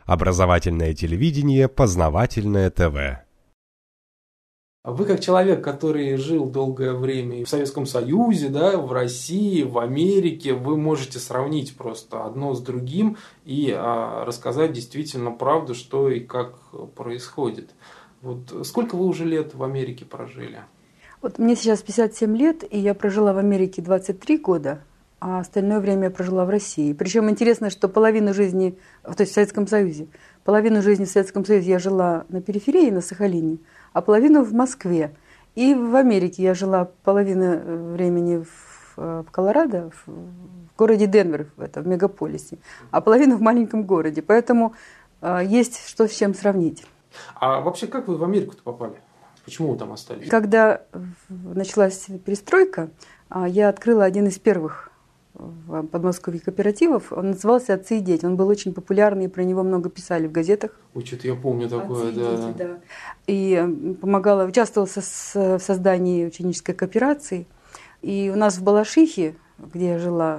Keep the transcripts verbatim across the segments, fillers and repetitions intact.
Образовательное телевидение, познавательное ТВ. Вы как человек, который жил долгое время в Советском Союзе, да, в России, в Америке, вы можете сравнить просто одно с другим и а, рассказать действительно правду, что и как происходит. Вот сколько вы уже лет в Америке прожили? Вот мне сейчас пятьдесят семь лет, и я прожила в Америке двадцать три года, а остальное время я прожила в России. Причем интересно, что половину жизни, то есть в Советском Союзе, половину жизни в Советском Союзе я жила на периферии, на Сахалине, а половину в Москве. И в Америке я жила половину времени в, в Колорадо, в, в городе Денвер, в, это, в мегаполисе, а половину в маленьком городе. Поэтому э, есть что с чем сравнить. А вообще, как вы в Америку-то попали? Почему вы там остались? Когда началась перестройка, я открыла один из первых в Подмосковье кооперативов. Он назывался «Отцы и дети». Он был очень популярный, и про него много писали в газетах. Ой, что-то я помню такое, «Отцы и да. дети», да. И помогала, участвовала в создании ученической кооперации. И у нас в Балашихе, где я жила,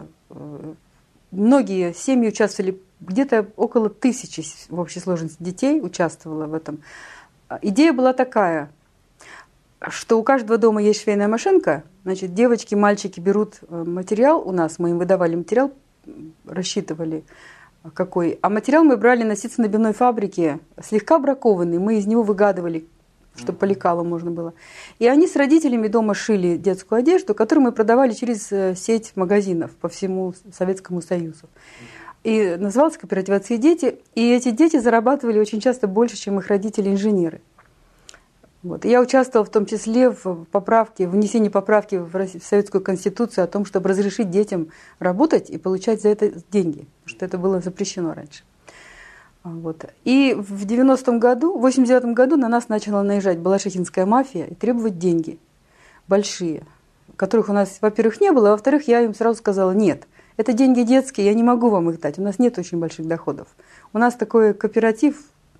многие семьи участвовали, где-то около тысячи в общей сложности детей участвовало в этом. Идея была такая, что у каждого дома есть швейная машинка, значит, девочки, мальчики берут материал у нас, мы им выдавали материал, рассчитывали какой, а материал мы брали на ситцо-набивной фабрике, слегка бракованный, мы из него выгадывали, чтобы по лекалу можно было. И они с родителями дома шили детскую одежду, которую мы продавали через сеть магазинов по всему Советскому Союзу. И назывался кооператив «Отцы и дети», и эти дети зарабатывали очень часто больше, чем их родители-инженеры. Вот. И я участвовала в том числе в поправке, внесении поправки в Советскую Конституцию о том, чтобы разрешить детям работать и получать за это деньги, потому что это было запрещено раньше. Вот. И в девяностом году, в восемьдесят девятом году на нас начала наезжать балашихинская мафия и требовать деньги большие, которых у нас, во-первых, не было, а во-вторых, я им сразу сказала: нет, это деньги детские, я не могу вам их дать, у нас нет очень больших доходов. У нас такой кооператив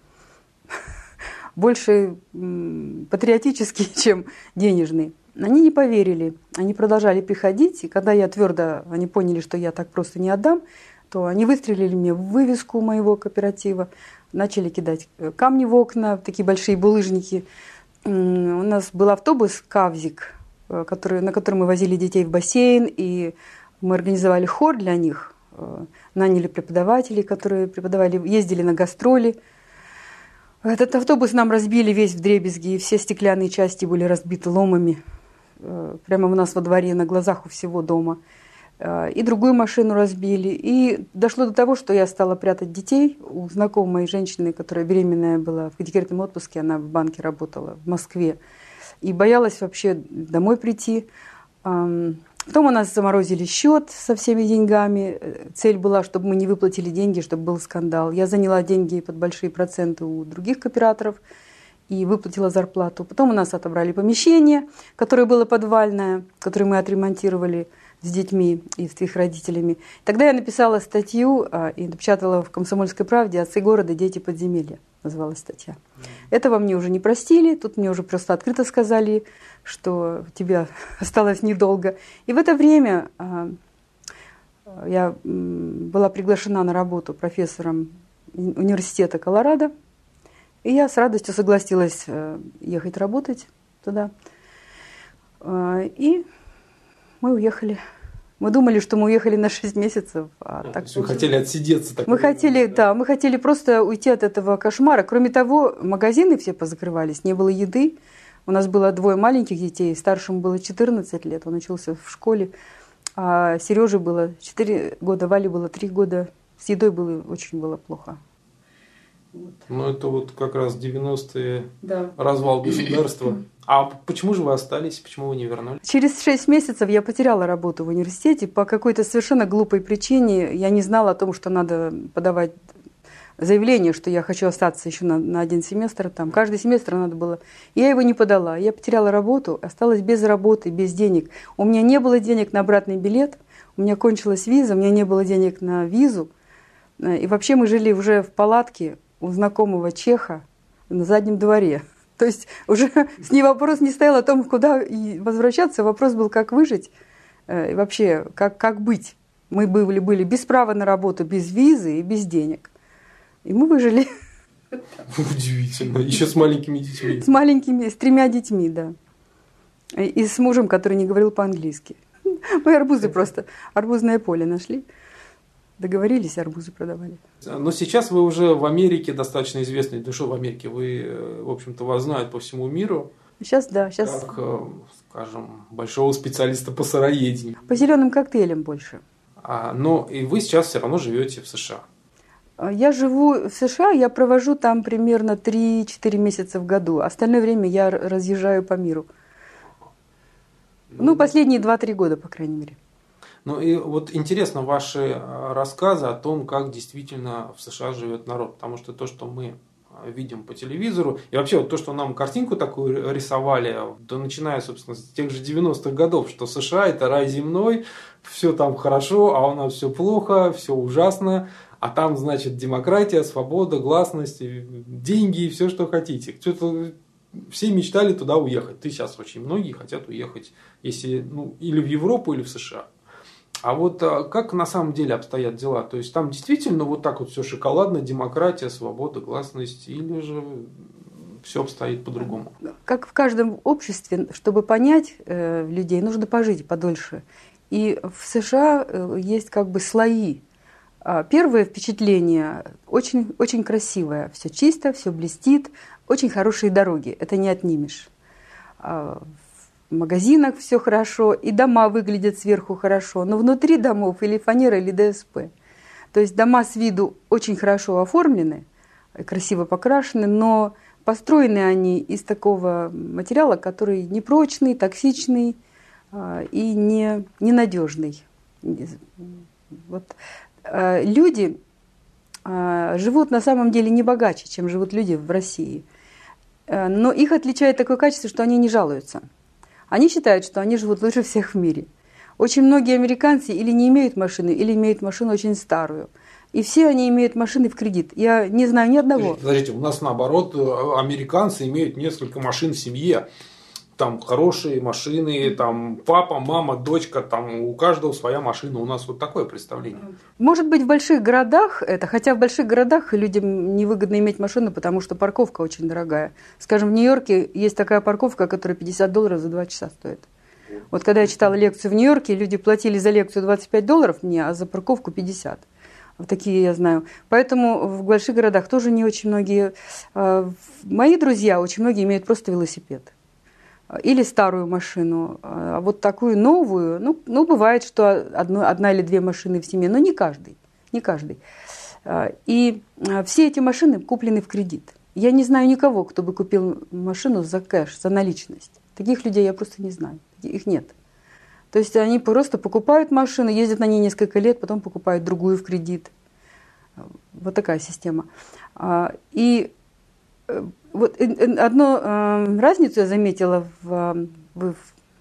больше патриотический, чем денежный. Они не поверили, они продолжали приходить, и когда я твердо, они поняли, что я так просто не отдам, то они выстрелили мне в вывеску моего кооператива, начали кидать камни в окна, такие большие булыжники. У нас был автобус «Кавзик», который, на котором мы возили детей в бассейн, и мы организовали хор для них, наняли преподавателей, которые преподавали, ездили на гастроли. Этот автобус нам разбили весь вдребезги, и все стеклянные части были разбиты ломами прямо у нас во дворе, на глазах у всего дома. И другую машину разбили. И дошло до того, что я стала прятать детей у знакомой женщины, которая беременная была в декретном отпуске, она в банке работала в Москве, и боялась вообще домой прийти. Потом у нас заморозили счет со всеми деньгами. Цель была, чтобы мы не выплатили деньги, чтобы был скандал. Я заняла деньги под большие проценты у других кооператоров и выплатила зарплату. Потом у нас отобрали помещение, которое было подвальное, которое мы отремонтировали с детьми и с их родителями. Тогда я написала статью и напечатала в «Комсомольской правде» «Отцы города, дети подземелья». Называлась статья. Этого мне уже не простили, тут мне уже просто открыто сказали, что тебе осталось недолго. И в это время я была приглашена на работу профессором университета Колорадо, и я с радостью согласилась ехать работать туда. И мы уехали. Мы думали, что мы уехали на шесть месяцев. А а, так то есть вы хотели отсидеться? Так мы хотели, да? да, мы хотели просто уйти от этого кошмара. Кроме того, магазины все позакрывались, не было еды. У нас было двое маленьких детей, старшему было четырнадцать лет, он учился в школе, а Сереже было четыре года, Вале было три года. С едой было очень было плохо. Вот. Ну, это вот как раз девяностые, да. Развал государства. А почему же вы остались, почему вы не вернулись? Через шесть месяцев я потеряла работу в университете по какой-то совершенно глупой причине. Я не знала о том, что надо подавать заявление, что я хочу остаться еще на, на один семестр. Там. Каждый семестр надо было. Я его не подала. Я потеряла работу, осталась без работы, без денег. У меня не было денег на обратный билет, у меня кончилась виза, у меня не было денег на визу. И вообще мы жили уже в палатке у знакомого чеха на заднем дворе. То есть уже с ней вопрос не стоял о том, куда возвращаться, вопрос был, как выжить и вообще, как, как быть. Мы были, были без права на работу, без визы и без денег. И мы выжили. Удивительно. Еще с маленькими детьми. С маленькими, с тремя детьми, да. И с мужем, который не говорил по-английски. Мы арбузы просто, арбузное поле нашли. Договорились, арбузы продавали. Но сейчас вы уже в Америке достаточно известны. Ну что в Америке? Вы, в общем-то, вас знают по всему миру. Сейчас, да. Сейчас... Как, скажем, большого специалиста по сыроедению. По зеленым коктейлям больше. А, но и вы сейчас все равно живете в США. Я живу в США, я провожу там примерно три-четыре месяца в году. Остальное время я разъезжаю по миру. Ну, последние два-три года, по крайней мере. Ну и вот интересно ваши рассказы о том, как действительно в США живет народ. Потому что то, что мы видим по телевизору, и вообще вот то, что нам картинку такую рисовали, да начиная, собственно, с тех же девяностых годов, что США это рай земной, все там хорошо, а у нас все плохо, все ужасно. А там, значит, демократия, свобода, гласность, деньги и все, что хотите. Кто-то, все мечтали туда уехать. Ты сейчас очень многие хотят уехать, если, ну, или в Европу, или в США. А вот как на самом деле обстоят дела? То есть там действительно вот так вот все шоколадно, демократия, свобода, гласность, или же все обстоит по-другому? Как в каждом обществе, чтобы понять э, людей, нужно пожить подольше. И в США э, есть как бы слои. Первое впечатление очень, очень красивое. Все чисто, все блестит, очень хорошие дороги. Это не отнимешь. В магазинах все хорошо, и дома выглядят сверху хорошо. Но внутри домов или фанера, или ДСП. То есть дома с виду очень хорошо оформлены, красиво покрашены, но построены они из такого материала, который непрочный, токсичный и не, ненадежный. Вот. Люди живут на самом деле не богаче, чем живут люди в России. Но их отличает такое качество, что они не жалуются. Они считают, что они живут лучше всех в мире. Очень многие американцы или не имеют машины, или имеют машину очень старую. И все они имеют машины в кредит. Я не знаю ни одного. Подождите, у нас наоборот, американцы имеют несколько машин в семье. Там хорошие машины, там папа, мама, дочка, там у каждого своя машина. У нас вот такое представление. Может быть, в больших городах это, хотя в больших городах людям невыгодно иметь машину, потому что парковка очень дорогая. Скажем, в Нью-Йорке есть такая парковка, которая пятьдесят долларов за два часа стоит. Вот когда я читала лекцию в Нью-Йорке, люди платили за лекцию двадцать пять долларов мне, а за парковку пятьдесят. Вот такие я знаю. Поэтому в больших городах тоже не очень многие. Мои друзья, очень многие имеют просто велосипед. Или старую машину, а вот такую новую, ну, ну бывает, что одно, одна или две машины в семье, но не каждый, не каждый. И все эти машины куплены в кредит. Я не знаю никого, кто бы купил машину за кэш, за наличность. Таких людей я просто не знаю, их нет. То есть они просто покупают машину, ездят на ней несколько лет, потом покупают другую в кредит. Вот такая система. И вот одну э, разницу я заметила в, в,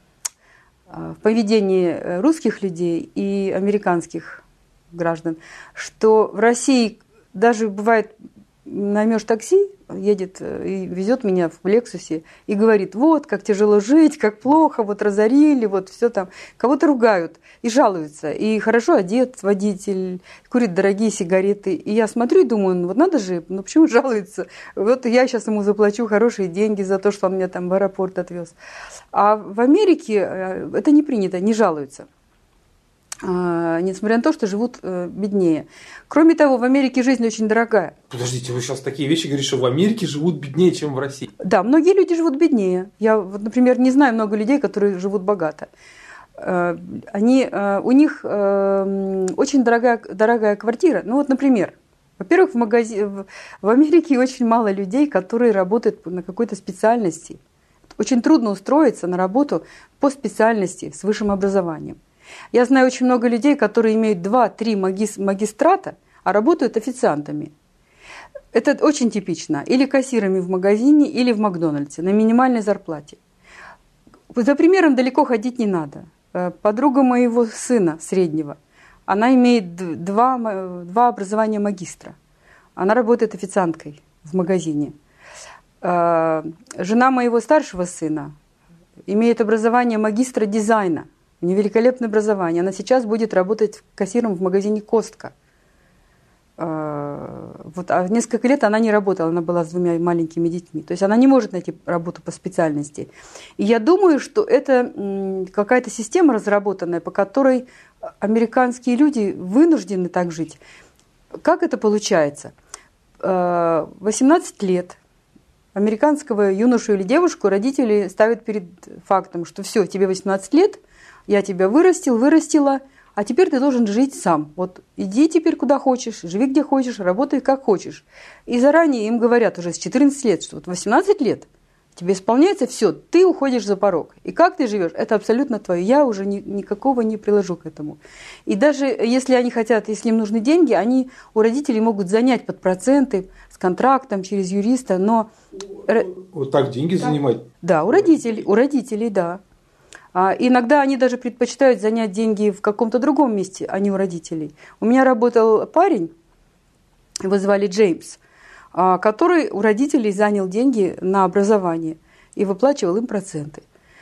в поведении русских людей и американских граждан, что в России даже бывает, наймешь такси, едет и везет меня в Лексусе и говорит, вот, как тяжело жить, как плохо, вот разорили, вот все там. Кого-то ругают и жалуются. И хорошо одет водитель, курит дорогие сигареты. И я смотрю и думаю, ну вот надо же, ну почему жалуется? Вот я сейчас ему заплачу хорошие деньги за то, что он меня там в аэропорт отвез. А в Америке это не принято, не жалуются. Несмотря на то, что живут э, беднее. Кроме того, в Америке жизнь очень дорогая. Подождите, вы сейчас такие вещи говорите, что в Америке живут беднее, чем в России. Да, многие люди живут беднее. Я, вот, например, не знаю много людей, которые живут богато. Э, они, э, у них э, очень дорогая, дорогая квартира. Ну вот, например, во-первых, в, магази... в, в Америке очень мало людей, которые работают на какой-то специальности. Очень трудно устроиться на работу по специальности с высшим образованием. Я знаю очень много людей, которые имеют два-три магистрата, а работают официантами. Это очень типично. Или кассирами в магазине, или в Макдональдсе на минимальной зарплате. За примером далеко ходить не надо. Подруга моего сына среднего, она имеет два, два образования магистра. Она работает официанткой в магазине. Жена моего старшего сына имеет образование магистра дизайна. У нее великолепное образование. Она сейчас будет работать кассиром в магазине «Костка» в Вот, а несколько лет она не работала, она была с двумя маленькими детьми. То есть она не может найти работу по специальности. И я думаю, что это какая-то система разработанная, по которой американские люди вынуждены так жить. Как это получается? восемнадцать лет американского юношу или девушку родители ставят перед фактом, что все, тебе восемнадцать лет, я тебя вырастил, вырастила, а теперь ты должен жить сам. Вот иди теперь куда хочешь, живи где хочешь, работай как хочешь. И заранее им говорят уже с четырнадцати лет, что вот восемнадцать лет тебе исполняется все, ты уходишь за порог. И как ты живешь, это абсолютно твое. Я уже ни, никакого не приложу к этому. И даже если они хотят, если им нужны деньги, они у родителей могут занять под проценты с контрактом через юриста, но... Вот так деньги да. занимать? Да, у родителей, у родителей, да. А иногда они даже предпочитают занять деньги в каком-то другом месте, а не у родителей. У меня работал парень, его звали Джеймс, который у родителей занял деньги на образование и выплачивал им проценты.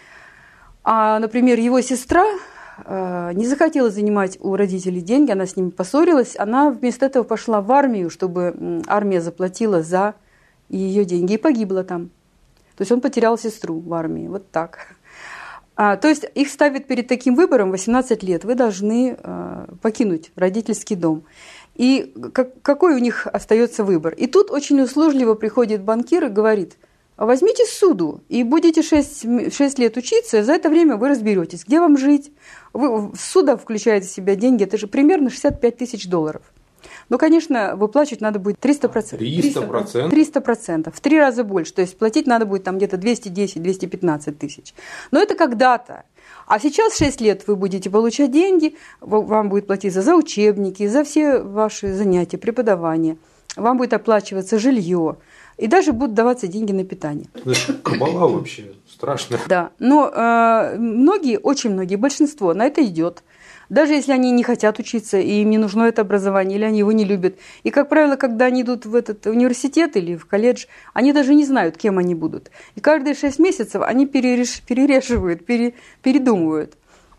А, например, его сестра не захотела занимать у родителей деньги, она с ними поссорилась, она вместо этого пошла в армию, чтобы армия заплатила за ее деньги и погибла там. То есть он потерял сестру в армии, вот так. А, то есть их ставят перед таким выбором: восемнадцать лет, вы должны а, покинуть родительский дом. И как, какой у них остается выбор? И тут очень услужливо приходит банкир и говорит: возьмите суду и будете шесть, шесть лет учиться, и за это время вы разберетесь, где вам жить. Вы, суда включает в себя деньги, это же примерно шестьдесят пять тысяч долларов. Ну, конечно, выплачивать надо будет триста процентов. триста процентов? триста процентов. В три раза больше. То есть платить надо будет там где-то двести десять - двести пятнадцать тысяч. Но это когда-то. А сейчас шесть лет вы будете получать деньги, вам будет платиться за учебники, за все ваши занятия, преподавание. Вам будет оплачиваться жилье. И даже будут даваться деньги на питание. Это кабала вообще страшно. Да, но э, многие, очень многие, большинство на это идет. Даже если они не хотят учиться, и им не нужно это образование, или они его не любят. И, как правило, когда они идут в этот университет или в колледж, они даже не знают, кем они будут. И каждые шесть месяцев они перереш... перерешивают, пере... передумывают.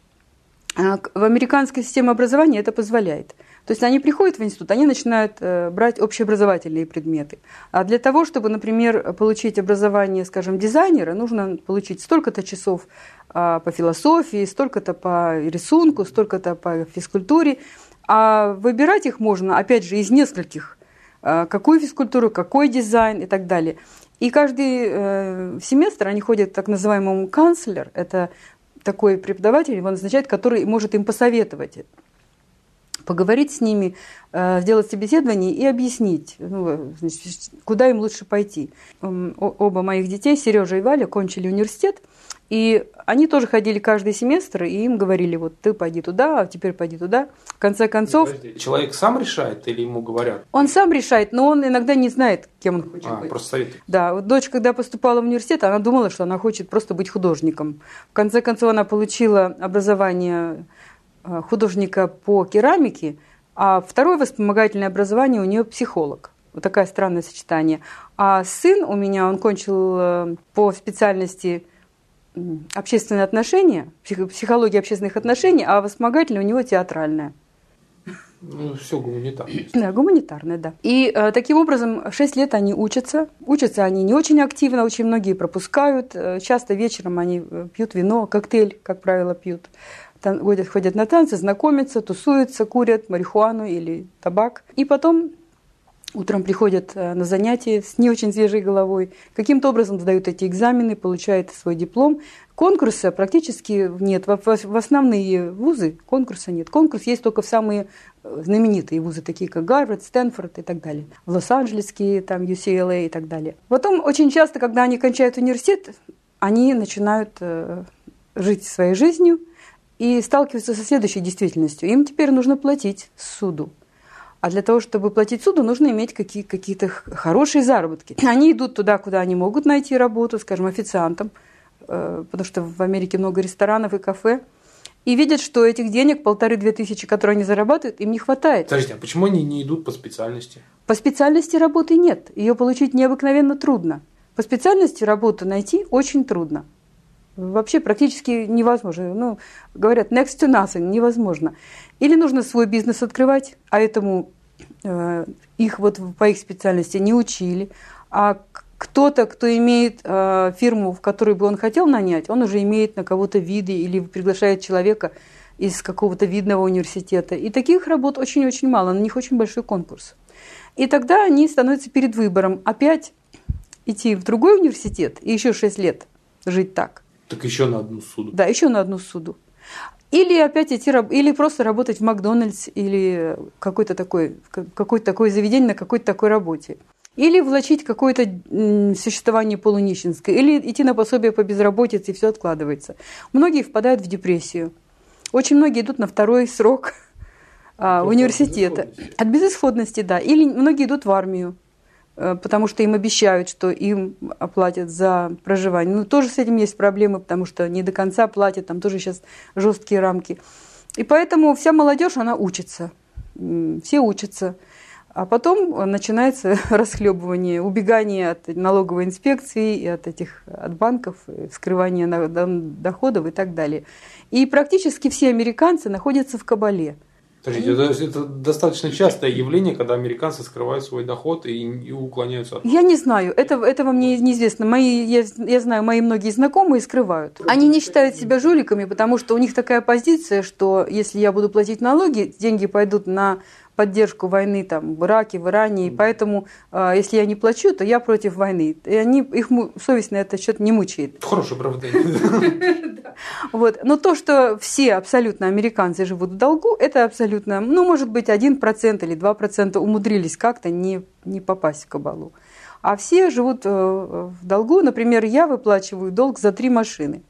А в американской системе образования это позволяет. То есть они приходят в институт, они начинают брать общеобразовательные предметы. А для того, чтобы, например, получить образование, скажем, дизайнера, нужно получить столько-то часов по философии, столько-то по рисунку, столько-то по физкультуре. А выбирать их можно, опять же, из нескольких. Какую физкультуру, какой дизайн и так далее. И каждый семестр они ходят к так называемому канцлер. Это такой преподаватель, его назначает, который может им посоветовать, поговорить с ними, сделать собеседование и объяснить, ну, значит, куда им лучше пойти. Оба моих детей, Сережа и Валя, кончили университет, и они тоже ходили каждый семестр, и им говорили: вот ты пойди туда, а теперь пойди туда. В конце концов... Подожди, человек сам решает или ему говорят? Он сам решает, но он иногда не знает, кем он хочет а, быть. Просто советует. Да, вот дочь, когда поступала в университет, она думала, что она хочет просто быть художником. В конце концов, она получила образование художника по керамике, а второе вспомогательное образование у нее психолог. Вот такое странное сочетание. А сын у меня, он кончил по специальности общественные отношения, психология общественных отношений, а вспомогательное у него театральное. Ну, все гуманитарное. Да, гуманитарное, да. И э, таким образом шесть лет они учатся. Учатся они не очень активно, очень многие пропускают. Часто вечером они пьют вино, коктейль, как правило, пьют. Ходят, ходят на танцы, знакомятся, тусуются, курят марихуану или табак. И потом утром приходят на занятия с не очень свежей головой. Каким-то образом сдают эти экзамены, получают свой диплом. Конкурса практически нет. В основные вузы конкурса нет. Конкурс есть только в самые знаменитые вузы, такие как Гарвард, Стэнфорд и так далее. В Лос-Анджелесские, там ю си эл эй и так далее. Потом очень часто, когда они кончают университет, они начинают жить своей жизнью и сталкиваются со следующей действительностью. Им теперь нужно платить суду. А для того, чтобы платить суду, нужно иметь какие- какие-то хорошие заработки. Они идут туда, куда они могут найти работу, скажем, официантом, потому что в Америке много ресторанов и кафе, и видят, что этих денег, полторы-две тысячи, которые они зарабатывают, им не хватает. Подождите, а почему они не идут по специальности? По специальности работы нет. Ее получить необыкновенно трудно. По специальности работу найти очень трудно. Вообще практически невозможно. Ну, говорят, next to nothing, невозможно. Или нужно свой бизнес открывать, а этому их вот по их специальности не учили, а кто-то, кто имеет э, фирму, в которой бы он хотел нанять, он уже имеет на кого-то виды или приглашает человека из какого-то видного университета. И таких работ очень-очень мало, на них очень большой конкурс. И тогда они становятся перед выбором опять идти в другой университет и еще шесть лет жить так. Так еще на одну суду. Да, еще на одну суду. Или опять идти, или просто работать в Макдональдс, или какое-то такое, какое-то такое заведение на какой-то такой работе. Или влачить какое-то существование полунищенское, или идти на пособие по безработице, и все откладывается. Многие впадают в депрессию. Очень многие идут на второй срок а, университета. От безысходности, да. Или многие идут в армию, потому что им обещают, что им оплатят за проживание. Ну, тоже с этим есть проблемы, потому что не до конца платят, там тоже сейчас жесткие рамки. И поэтому вся молодежь, она учится. Все учатся. А потом начинается расхлебывание, убегание от налоговой инспекции, и от этих от банков, скрывание доходов и так далее. И практически все американцы находятся в кабале. Подождите, это, это достаточно частое явление, когда американцы скрывают свой доход и, и уклоняются от... Я не знаю, это, этого мне неизвестно. Мои, я, я знаю, мои многие знакомые скрывают. Они не считают себя жуликами, потому что у них такая позиция, что если я буду платить налоги, деньги пойдут на поддержку войны там, в Ираке, в Иране, и поэтому, э, если я не плачу, то я против войны. И они, их совесть на этот счет не мучает. Хорошее оправдание. Вот. Но то, что все абсолютно американцы живут в долгу, это абсолютно, ну, может быть, один процент или два процента умудрились как-то не, не попасть в кабалу. А все живут в долгу. Например, я выплачиваю долг за три машины.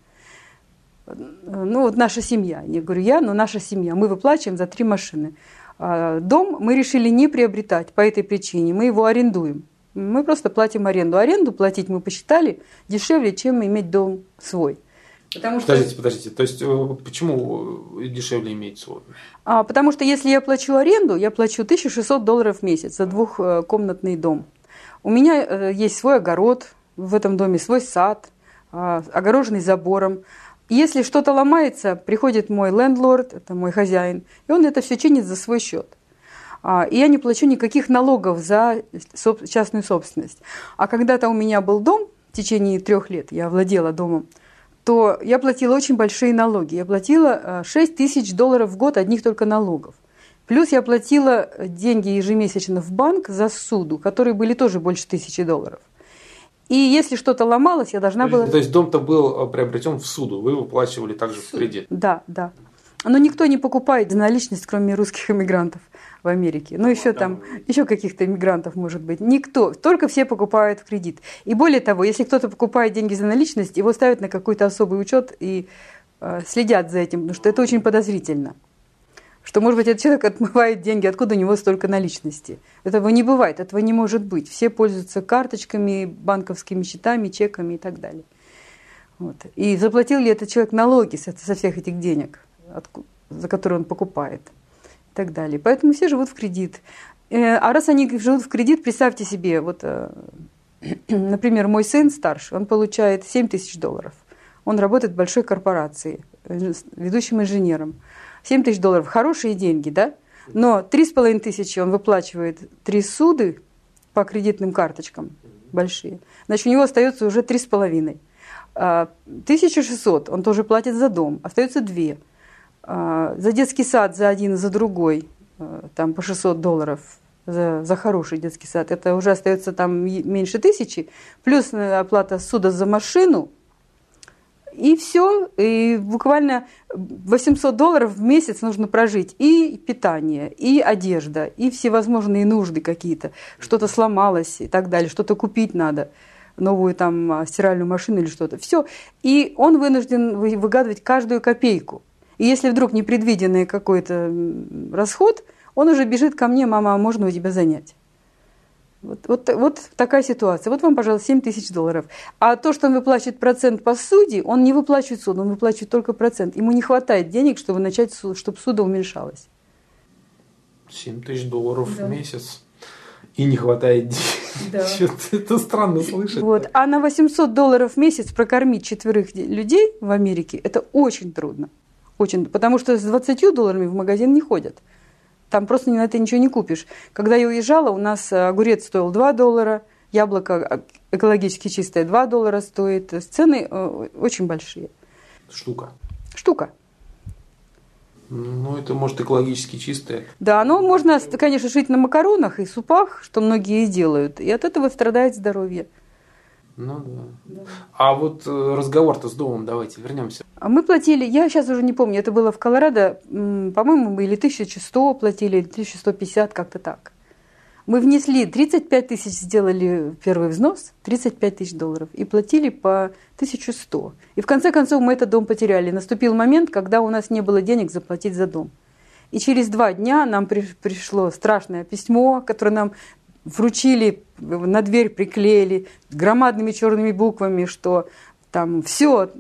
Ну, вот наша семья. Не говорю я, но наша семья. Мы выплачиваем за три машины. Дом мы решили не приобретать по этой причине. Мы его арендуем. Мы просто платим аренду. Аренду платить мы посчитали дешевле, чем иметь дом свой. Потому что... Подождите, подождите. То есть, почему дешевле иметь свой? А, потому что если я плачу аренду, я плачу тысячу шестьсот долларов в месяц за двухкомнатный дом. У меня есть свой огород в этом доме, свой сад, огороженный забором. Если что-то ломается, приходит мой лендлорд, это мой хозяин, и он это все чинит за свой счет. И я не плачу никаких налогов за частную собственность. А когда-то у меня был дом, в течение трех лет я владела домом, то я платила очень большие налоги. Я платила шесть тысяч долларов в год одних только налогов. Плюс я платила деньги ежемесячно в банк за суду, которые были тоже больше тысячи долларов. И если что-то ломалось, я должна была... То есть дом-то был приобретен в суду, вы выплачивали также в кредит? Да, да. Но никто не покупает за наличность, кроме русских иммигрантов в Америке. Ну, еще там, еще каких-то иммигрантов, может быть. Никто, только все покупают в кредит. И более того, если кто-то покупает деньги за наличность, его ставят на какой-то особый учет и э, следят за этим, потому что это очень подозрительно. Что, может быть, этот человек отмывает деньги, откуда у него столько наличности. Этого не бывает, этого не может быть. Все пользуются карточками, банковскими счетами, чеками и так далее. Вот. И заплатил ли этот человек налоги со, со всех этих денег, откуда, за которые он покупает, и так далее. Поэтому все живут в кредит. А раз они живут в кредит, представьте себе, вот, например, мой сын старший, он получает семь тысяч долларов. Он работает в большой корпорации, ведущим инженером. семь тысяч долларов – хорошие деньги, да? Но три с половиной тысячи он выплачивает три суды по кредитным карточкам большие. Значит, у него остается уже три с половиной. тысяча шестьсот он тоже платит за дом, остается две. За детский сад за один и за другой, там по шестьсот долларов за, за хороший детский сад, это уже остается там меньше тысячи, плюс оплата суда за машину, и все, и буквально восемьсот долларов в месяц нужно прожить, и питание, и одежда, и всевозможные нужды какие-то, что-то сломалось и так далее, что-то купить надо, новую там стиральную машину или что-то, все, и он вынужден выгадывать каждую копейку. И если вдруг непредвиденный какой-то расход, он уже бежит ко мне: мама, а можно у тебя занять? Вот, вот, вот такая ситуация. Вот вам, пожалуйста, семь тысяч долларов. А то, что он выплачивает процент по суде, он не выплачивает суд, он выплачивает только процент. Ему не хватает денег, чтобы начать, чтобы суда уменьшалось. семь тысяч долларов да. в месяц. И не хватает денег. Да. Это странно слышать. Вот. А на восемьсот долларов в месяц прокормить четверых людей в Америке – это очень трудно. Очень, потому что с двадцатью долларами в магазин не ходят. там просто на это ничего не купишь. Когда я уезжала, у нас огурец стоил два доллара, яблоко экологически чистое два доллара стоит. Цены очень большие. Штука. Штука. Ну, это, может, экологически чистое. Да, но можно, конечно, жить на макаронах и супах, что многие и делают. И от этого страдает здоровье. Ну да. да. А вот разговор-то с домом, давайте вернемся. Мы платили, я сейчас уже не помню, это было в Колорадо, по-моему, мы или тысячу сто платили, или тысячу сто пятьдесят, как-то так. Мы внесли тридцать пять тысяч, сделали первый взнос, тридцать пять тысяч долларов, и платили по тысячу сто. И в конце концов мы этот дом потеряли. Наступил момент, когда у нас не было денег заплатить за дом. И через два дня нам при, пришло страшное письмо, которое нам вручили, на дверь приклеили громадными черными буквами, что там все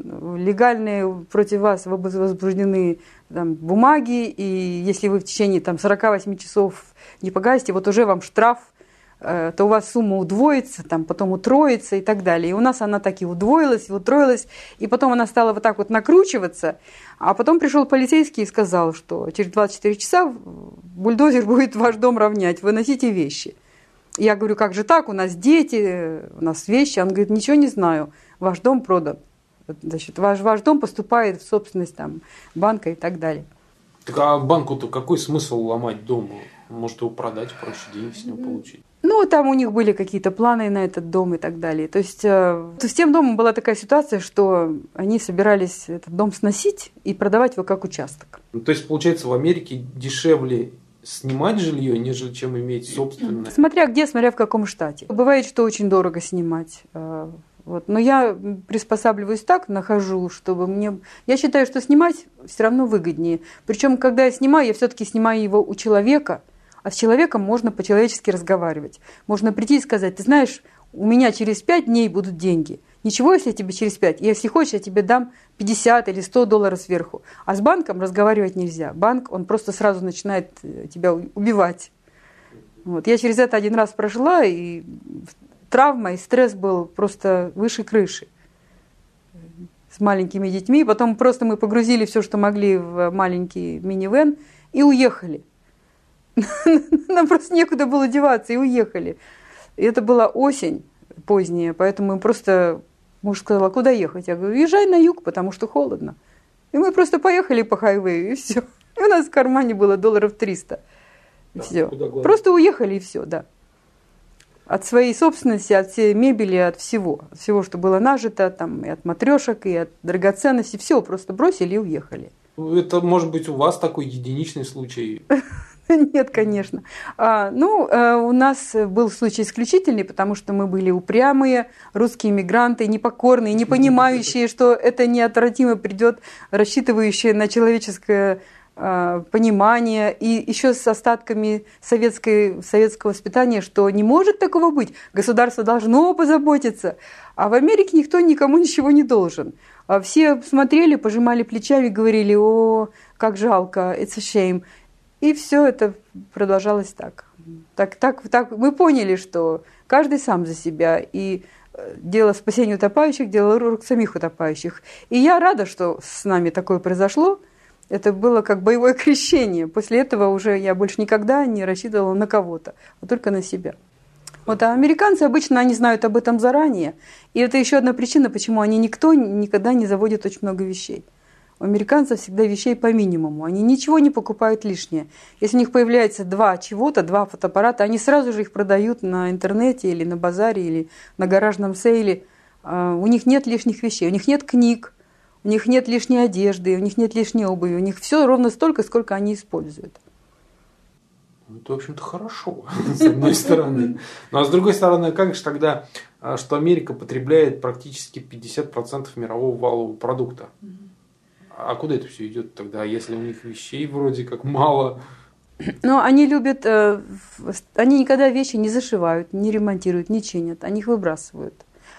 легальные против вас возбуждены там, бумаги, и если вы в течение там, сорок восемь часов не погасите, вот уже вам штраф, э, то у вас сумма удвоится, там, потом утроится и так далее. И у нас она так и удвоилась, и утроилась, и потом она стала вот так вот накручиваться, а потом пришел полицейский и сказал, что через двадцать четыре часа бульдозер будет ваш дом равнять, выносите вещи. Я говорю, как же так, у нас дети, у нас вещи. Он говорит, ничего не знаю, ваш дом продан. Значит, ваш, ваш дом поступает в собственность там, банка и так далее. Так а банку-то какой смысл ломать дом? Может его продать, проще денег с него получить? Ну, там у них были какие-то планы на этот дом и так далее. То есть, э, с тем домом была такая ситуация, что они собирались этот дом сносить и продавать его как участок. Ну, то есть, получается, в Америке дешевле снимать жилье, нежели чем иметь собственное? Смотря где, смотря в каком штате. Бывает, что очень дорого снимать. Э, вот. Но я приспосабливаюсь так, нахожу, чтобы мне... Я считаю, что снимать все равно выгоднее. Причем, когда я снимаю, я все-таки снимаю его у человека, а с человеком можно по-человечески разговаривать. Можно прийти и сказать, ты знаешь, у меня через пять дней будут деньги. Ничего, если я тебе через пять. Если хочешь, я тебе дам пятьдесят или сто долларов сверху. А с банком разговаривать нельзя. Банк, он просто сразу начинает тебя убивать. Вот. Я через это один раз прошла, и травма и стресс был просто выше крыши. С маленькими детьми. Потом просто мы погрузили все, что могли, в маленький минивэн и уехали. Нам просто некуда было деваться, и уехали. И это была осень поздняя, поэтому мы просто... Муж сказал, куда ехать? Я говорю, езжай на юг, потому что холодно. И мы просто поехали по хайвею, и все. И у нас в кармане было долларов триста. Да, все. Просто уехали, и все, да. От своей собственности, от всей мебели, от всего. От всего, что было нажито, там, и от матрешек, и от драгоценностей. Все просто бросили и уехали. Это, может быть, у вас такой единичный случай? Нет, конечно. А, ну, а, у нас был случай исключительный, потому что мы были упрямые, русские мигранты, непокорные, не понимающие, что это неотвратимо придет, рассчитывающие на человеческое а, понимание, и еще с остатками советской, советского воспитания, что не может такого быть, государство должно позаботиться, а в Америке никто никому ничего не должен. А все смотрели, пожимали плечами, говорили, о, как жалко, it's a shame. И все это продолжалось так. Так, так, так. Мы поняли, что каждый сам за себя. И дело спасения утопающих, дело рук самих утопающих. И я рада, что с нами такое произошло. Это было как боевое крещение. После этого уже я больше никогда не рассчитывала на кого-то, а только на себя. Вот, а американцы обычно они знают об этом заранее. И это еще одна причина, почему они никто никогда не заводит очень много вещей. У американцев всегда вещей по минимуму. Они ничего не покупают лишнее. Если у них появляется два чего-то, два фотоаппарата, они сразу же их продают на интернете или на базаре, или на гаражном сейле. У них нет лишних вещей, у них нет книг, у них нет лишней одежды, у них нет лишней обуви. У них все ровно столько, сколько они используют. Это, в общем-то, хорошо, с одной стороны. Ну, а с другой стороны, как же тогда, что Америка потребляет практически пятьдесят процентов мирового валового продукта? А куда это все идет тогда, если у них вещей вроде как мало? Ну, они любят, э, они никогда вещи не зашивают, не ремонтируют, не чинят, они их выбрасывают.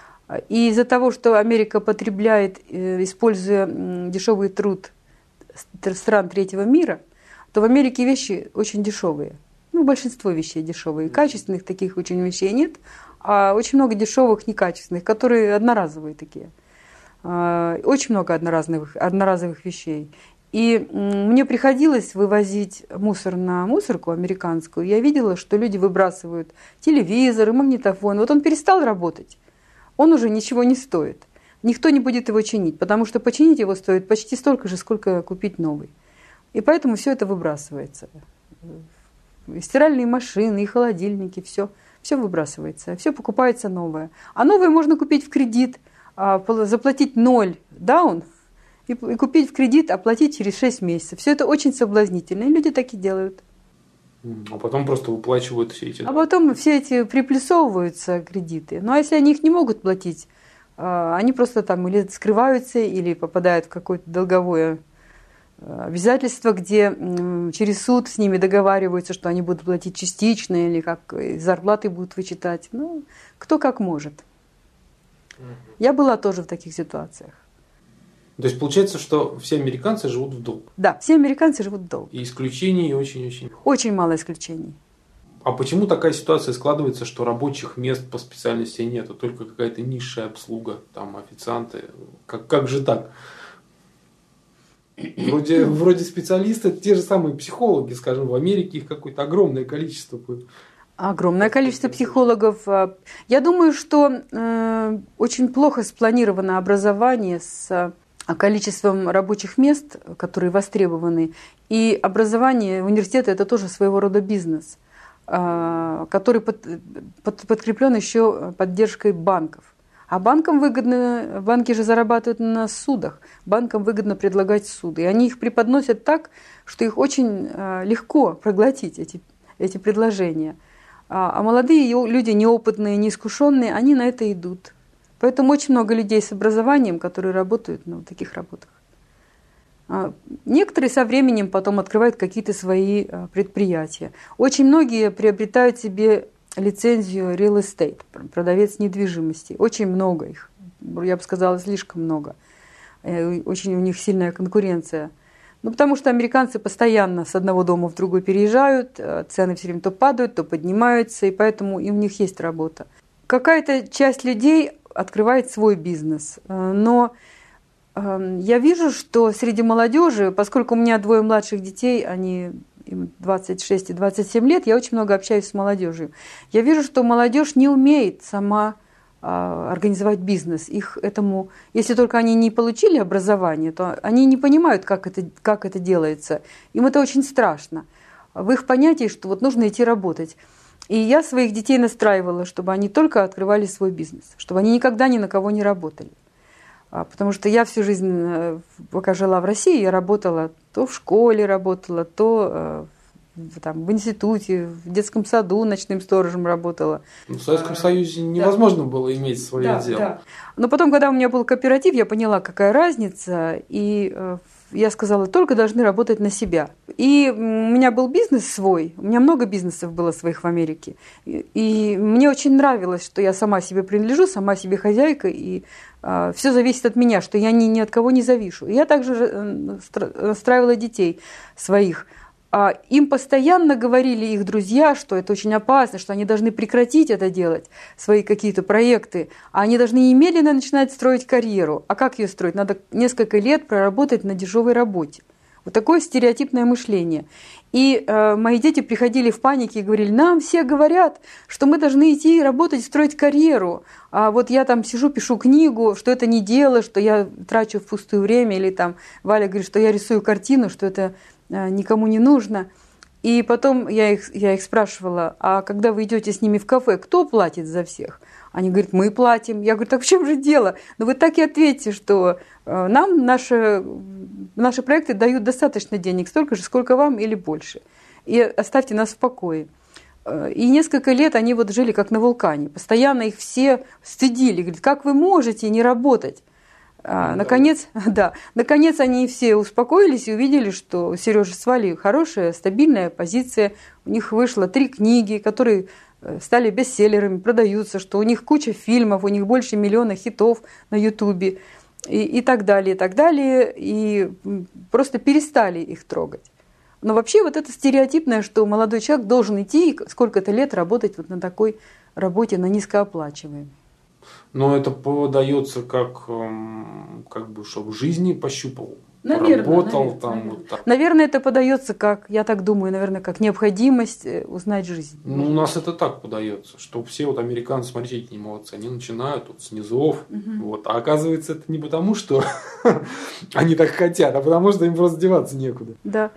И из-за того, что Америка потребляет, э, используя э, дешевый труд стран третьего мира, то в Америке вещи очень дешевые. Ну, большинство вещей дешевые. Качественных таких очень вещей нет, а очень много дешевых, некачественных, которые одноразовые такие. Очень много одноразовых, одноразовых вещей. И мне приходилось вывозить мусор на мусорку американскую. Я видела, что люди выбрасывают телевизор и магнитофон. Вот он перестал работать. Он уже ничего не стоит. Никто не будет его чинить, потому что починить его стоит почти столько же, сколько купить новый. И поэтому все это выбрасывается. И стиральные машины, и холодильники, все, все выбрасывается, все покупается новое. А новое можно купить в кредит, заплатить ноль даун и купить в кредит, оплатить через шесть месяцев. Все это очень соблазнительно, и люди так и делают. А потом просто выплачивают все эти... А потом все эти приплюсовываются кредиты. Ну а если они их не могут платить, они просто там или скрываются, или попадают в какое-то долговое обязательство, где через суд с ними договариваются, что они будут платить частично, или как зарплаты будут вычитать. Ну, кто как может. Я была тоже в таких ситуациях. То есть получается, что все американцы живут в долг? Да, все американцы живут в долг. И исключений очень-очень... Очень мало исключений. А почему такая ситуация складывается, что рабочих мест по специальности нет, а только какая-то низшая обслуга, там официанты? Как, как же так? Вроде, вроде специалисты, те же самые психологи, скажем, в Америке их какое-то огромное количество. Огромное количество психологов. Я думаю, что э, очень плохо спланировано образование с количеством рабочих мест, которые востребованы. И образование университета – это тоже своего рода бизнес, э, который под, под, подкреплен еще поддержкой банков. А банкам выгодно, банки же зарабатывают на судах, банкам выгодно предлагать суды. И они их преподносят так, что их очень легко проглотить, эти, эти предложения. А, а молодые люди, неопытные, неискушенные, они на это идут. Поэтому очень много людей с образованием, которые работают на вот таких работах. А некоторые со временем потом открывают какие-то свои предприятия. Очень многие приобретают себе лицензию real estate, продавец недвижимости. Очень много их. Я бы сказала, слишком много. Очень у них сильная конкуренция. Ну, потому что американцы постоянно с одного дома в другой переезжают, цены все время то падают, то поднимаются, и поэтому и у них есть работа. Какая-то часть людей открывает свой бизнес. Но я вижу, что среди молодежи, поскольку у меня двое младших детей, они... им двадцать шесть и двадцать семь лет, я очень много общаюсь с молодежью. Я вижу, что молодежь не умеет сама а, организовать бизнес. Их этому, если только они не получили образование, то они не понимают, как это, как это делается. Им это очень страшно. В их понятии, что вот нужно идти работать. И я своих детей настраивала, чтобы они только открывали свой бизнес, чтобы они никогда ни на кого не работали. Потому что я всю жизнь, пока жила в России, я работала то в школе, работала, то там, в институте, в детском саду ночным сторожем работала. В Советском Союзе невозможно да. было иметь свое да, дело. Да. Но потом, когда у меня был кооператив, я поняла, какая разница, и я сказала, только должны работать на себя. И у меня был бизнес свой, у меня много бизнесов было своих в Америке. И, и мне очень нравилось, что я сама себе принадлежу, сама себе хозяйка, и а, все зависит от меня, что я ни, ни от кого не завишу. И я также настраивала детей своих. А им постоянно говорили их друзья, что это очень опасно, что они должны прекратить это делать, свои какие-то проекты. А они должны немедленно начинать строить карьеру. А как ее строить? Надо несколько лет проработать на дешевой работе. Вот такое стереотипное мышление. И э, мои дети приходили в панике и говорили, нам все говорят, что мы должны идти работать, строить карьеру. А вот я там сижу, пишу книгу, что это не дело, что я трачу впустую время. Или там Валя говорит, что я рисую картину, что это никому не нужно. И потом я их, я их спрашивала, а когда вы идете с ними в кафе, кто платит за всех? Они говорят, мы платим. Я говорю, так в чем же дело? Ну вы так и ответьте, что нам наши, наши проекты дают достаточно денег, столько же, сколько вам или больше. И оставьте нас в покое. И несколько лет они вот жили как на вулкане. Постоянно их все стыдили. Говорят, как вы можете не работать? А, наконец, да, наконец они все успокоились и увидели, что Сережа с Валей хорошая, стабильная позиция. У них вышло три книги, которые стали бестселлерами, продаются, что у них куча фильмов, у них больше миллиона хитов на Ютубе и, и так далее, и так далее. И просто перестали их трогать. Но вообще вот это стереотипное, что молодой человек должен идти и сколько-то лет работать вот на такой работе, на низкооплачиваемой. Но это подается как, как бы, чтобы в жизни пощупал Наверное, работал наверное, там наверное. вот так. Наверное, это подается как, я так думаю, наверное, как необходимость узнать жизнь. Ну, у нас это так подается, что все вот американцы, смотрите, какие молодцы, они начинают вот с низов, Угу. вот, а оказывается, это не потому, что они так хотят, а потому, что им просто деваться некуда. Да.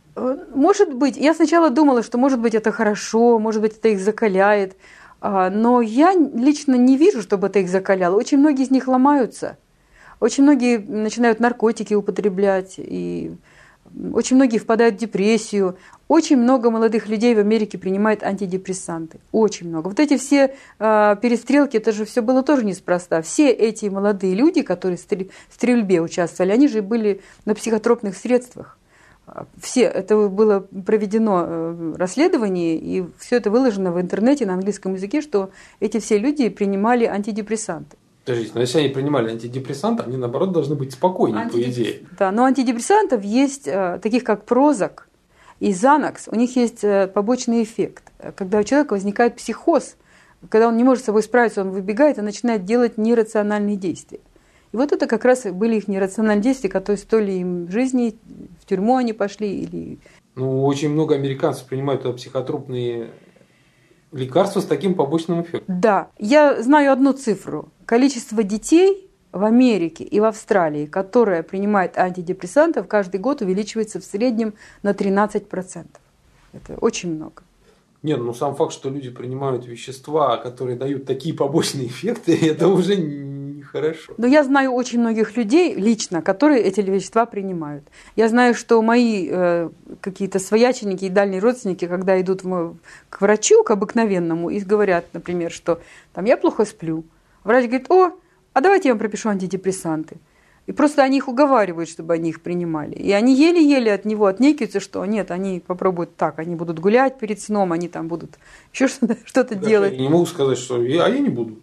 Может быть, я сначала думала, что может быть это хорошо, может быть это их закаляет, но я лично не вижу, чтобы это их закаляло. Очень многие из них ломаются. Очень многие начинают наркотики употреблять, и очень многие впадают в депрессию. Очень много молодых людей в Америке принимают антидепрессанты. Очень много. Вот эти все э, перестрелки, это же все было тоже неспроста. Все эти молодые люди, которые в стрельбе участвовали, они же были на психотропных средствах. Все, это было проведено расследование, и все это выложено в интернете на английском языке, что эти все люди принимали антидепрессанты. Подождите, но если они принимали антидепрессанты, они, наоборот, должны быть спокойнее, Антидеп... по идее. Да, но антидепрессантов есть, таких как Прозак и Занакс, у них есть побочный эффект. Когда у человека возникает психоз, когда он не может с собой справиться, он выбегает и начинает делать нерациональные действия. И вот это как раз были их нерациональные действия, которые стоили им жизни, в тюрьму они пошли. Или... Ну, очень много американцев принимают психотропные лекарства с таким побочным эффектом. Да, я знаю одну цифру. Количество детей в Америке и в Австралии, которые принимают антидепрессантов, каждый год увеличивается в среднем на тринадцать процентов. Это очень много. Нет, ну сам факт, что люди принимают вещества, которые дают такие побочные эффекты, это уже нехорошо. Но я знаю очень многих людей лично, которые эти вещества принимают. Я знаю, что мои э, какие-то свояченики и дальние родственники, когда идут в, к врачу, к обыкновенному, и говорят, например, что там, я плохо сплю. Врач говорит: о, а давайте я вам пропишу антидепрессанты. И просто они их уговаривают, чтобы они их принимали. И они еле-еле от него отнекиваются, что нет, они попробуют так, они будут гулять перед сном, они там будут еще что-то, что-то делать. Я не могу сказать, что я, а я не буду.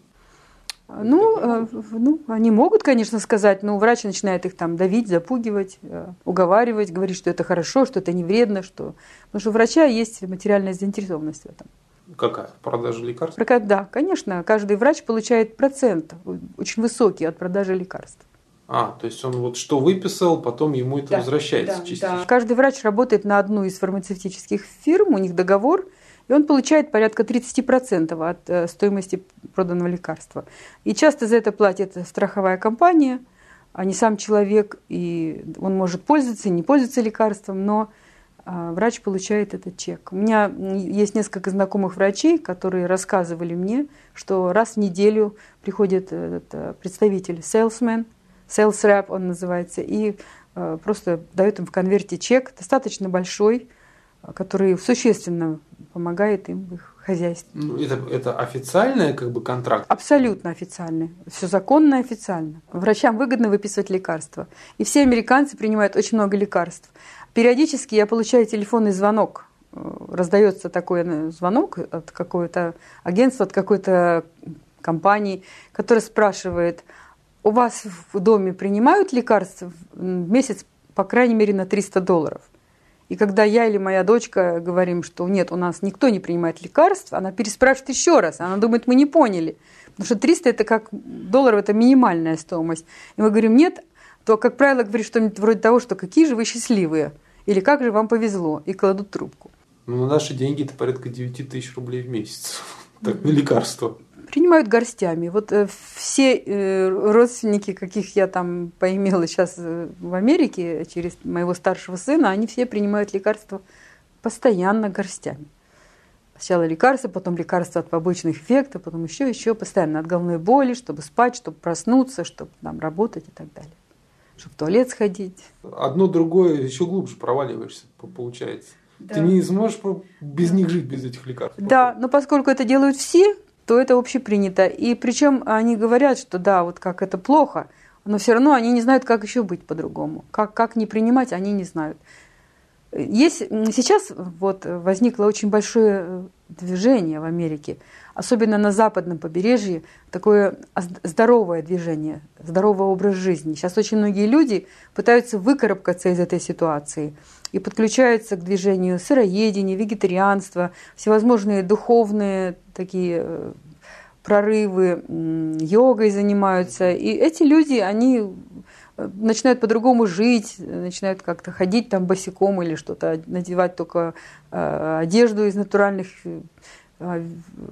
Ну, э, ну, они могут, конечно, сказать, но врач начинает их там давить, запугивать, э, уговаривать, говорить, что это хорошо, что это не вредно, что... Потому что у врача есть материальная заинтересованность в этом. Какая? Продажа лекарств? Да, конечно, каждый врач получает процент очень высокий от продажи лекарств. А, то есть он вот что выписал, потом ему это да, возвращается да, частично. Да. Каждый врач работает на одну из фармацевтических фирм, у них договор, и он получает порядка тридцать процентов от э, стоимости проданного лекарства. И часто за это платит страховая компания, а не сам человек, и он может пользоваться и не пользоваться лекарством, но э, врач получает этот чек. У меня есть несколько знакомых врачей, которые рассказывали мне, что раз в неделю приходит этот представитель, salesman, sales rep он называется, и э, просто дает им в конверте чек, достаточно большой, который существенно помогает им в их хозяйстве. Ну, это, это официальный как бы контракт? Абсолютно официальный. Все законно и официально. Врачам выгодно выписывать лекарства. И все американцы принимают очень много лекарств. Периодически я получаю телефонный звонок. Раздается такой звонок от какого-то агентства, от какой-то компании, которая спрашивает: у вас в доме принимают лекарства в месяц, по крайней мере, на триста долларов? И когда я или моя дочка говорим, что нет, у нас никто не принимает лекарств, она переспрашивает еще раз. Она думает, мы не поняли. Потому что триста это как долларов, это минимальная стоимость. И мы говорим нет, то, как правило, говорит что-нибудь вроде того, что какие же вы счастливые, или как же вам повезло, и кладут трубку. Ну, на наши деньги это порядка девять тысяч рублей в месяц. Так, на лекарства. Принимают горстями. Вот э, все э, родственники, каких я там поимела сейчас э, в Америке через моего старшего сына, они все принимают лекарства постоянно горстями. Сначала лекарства, потом лекарства от побочных эффектов, потом еще, еще постоянно от головной боли, чтобы спать, чтобы проснуться, чтобы там работать и так далее. Чтобы в туалет сходить. Одно другое еще глубже проваливаешься, получается. Да. Ты не сможешь без них жить, без этих лекарств. Да, но поскольку это делают все, то это общепринято. И причем они говорят, что да, вот как это плохо, но все равно они не знают, как еще быть по-другому. Как, как не принимать, они не знают. Есть, сейчас вот возникло очень большое движение в Америке, особенно на западном побережье, такое здоровое движение, здоровый образ жизни. Сейчас очень многие люди пытаются выкарабкаться из этой ситуации и подключаются к движению сыроедения, вегетарианства, всевозможные духовные такие прорывы, йогой занимаются. И эти люди, они начинают по-другому жить, начинают как-то ходить там босиком или что-то, надевать только э, одежду из натуральных э,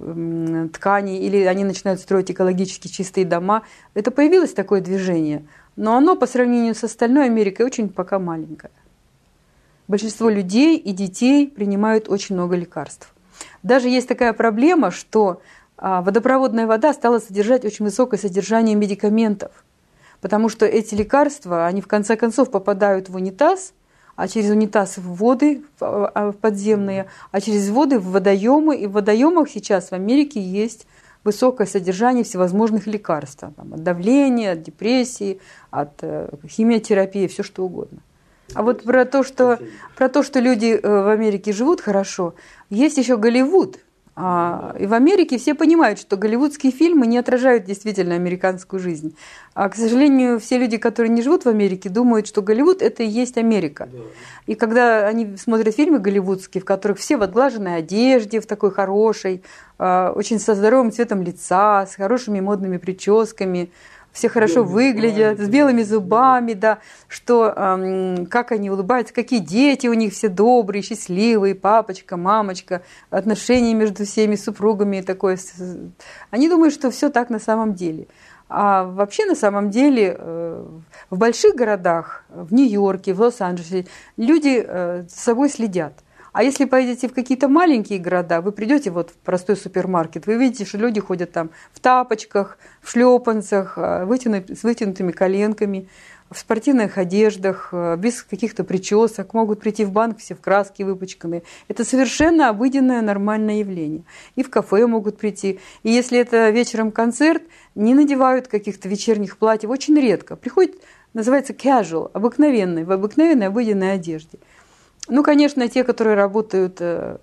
тканей, или они начинают строить экологически чистые дома. Это появилось такое движение, но оно по сравнению с остальной Америкой очень пока маленькое. Большинство людей и детей принимают очень много лекарств. Даже есть такая проблема, что водопроводная вода стала содержать очень высокое содержание медикаментов, потому что эти лекарства, они в конце концов попадают в унитаз, а через унитаз в воды подземные, а через воды в водоемы. И в водоемах сейчас в Америке есть высокое содержание всевозможных лекарств. Там, от давления, от депрессии, от химиотерапии, все что угодно. А вот про то, что, про то, что люди в Америке живут хорошо, есть еще Голливуд. И в Америке все понимают, что голливудские фильмы не отражают действительно американскую жизнь. А, к сожалению, все люди, которые не живут в Америке, думают, что Голливуд – это и есть Америка. Да. И когда они смотрят фильмы голливудские, в которых все в отглаженной одежде, в такой хорошей, очень со здоровым цветом лица, с хорошими модными прическами, все хорошо белыми выглядят, зубами, с белыми зубами, да, что эм, как они улыбаются, какие дети у них все добрые, счастливые, папочка, мамочка, отношения между всеми супругами такое. Они думают, что все так на самом деле. А вообще на самом деле э, в больших городах, в Нью-Йорке, в Лос-Анджелесе, люди э, за собой следят. А если поедете в какие-то маленькие города, вы придете вот в простой супермаркет, вы видите, что люди ходят там в тапочках, в шлепанцах, вытянут, с вытянутыми коленками, в спортивных одеждах, без каких-то причесок, могут прийти в банк все в краске выпачканные. Это совершенно обыденное нормальное явление. И в кафе могут прийти. И если это вечером концерт, не надевают каких-то вечерних платьев, очень редко. Приходит, называется casual, обыкновенный, в обыкновенной обыденной одежде. Ну, конечно, те, которые работают,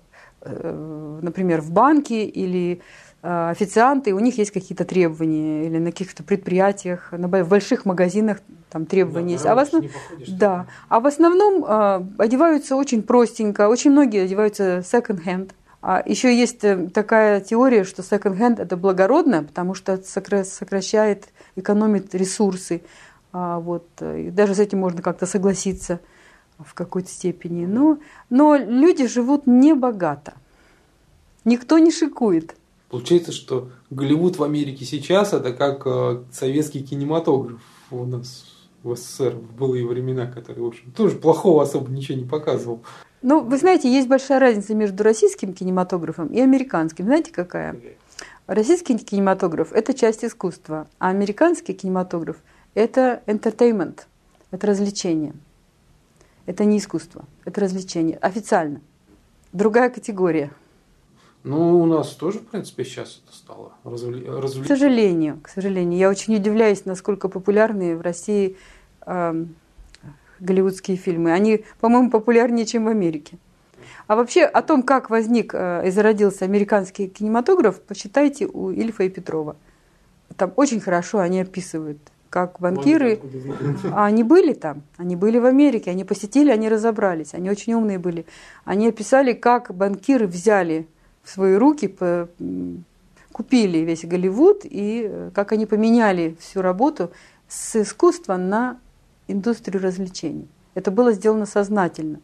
например, в банке или официанты, у них есть какие-то требования, или на каких-то предприятиях, в больших магазинах там требования да, есть. А в, основ... походишь, да. а в основном одеваются очень простенько, очень многие одеваются second-hand. А еще есть такая теория, что second-hand – это благородно, потому что сокращает, экономит ресурсы. Вот. И даже с этим можно как-то согласиться в какой-то степени. Но, но люди живут небогато. Никто не шикует. Получается, что Голливуд в Америке сейчас – это как э, советский кинематограф у нас в СССР в былые времена, который, в общем, тоже плохого особо ничего не показывал. Ну, вы знаете, есть большая разница между российским кинематографом и американским. Знаете, какая? Российский кинематограф – это часть искусства, а американский кинематограф – это entertainment, это развлечение. Это не искусство, это развлечение. Официально. Другая категория. Ну, у нас тоже, в принципе, сейчас это стало развлечением. К сожалению, к сожалению. Я очень удивляюсь, насколько популярны в России э, голливудские фильмы. Они, по-моему, популярнее, чем в Америке. А вообще о том, как возник э, и зародился американский кинематограф, почитайте у Ильфа и Петрова. Там очень хорошо они описывают, как банкиры, а они были там, они были в Америке, они посетили, они разобрались, они очень умные были. Они описали, как банкиры взяли в свои руки, по, купили весь Голливуд, и как они поменяли всю работу с искусства на индустрию развлечений. Это было сделано сознательно.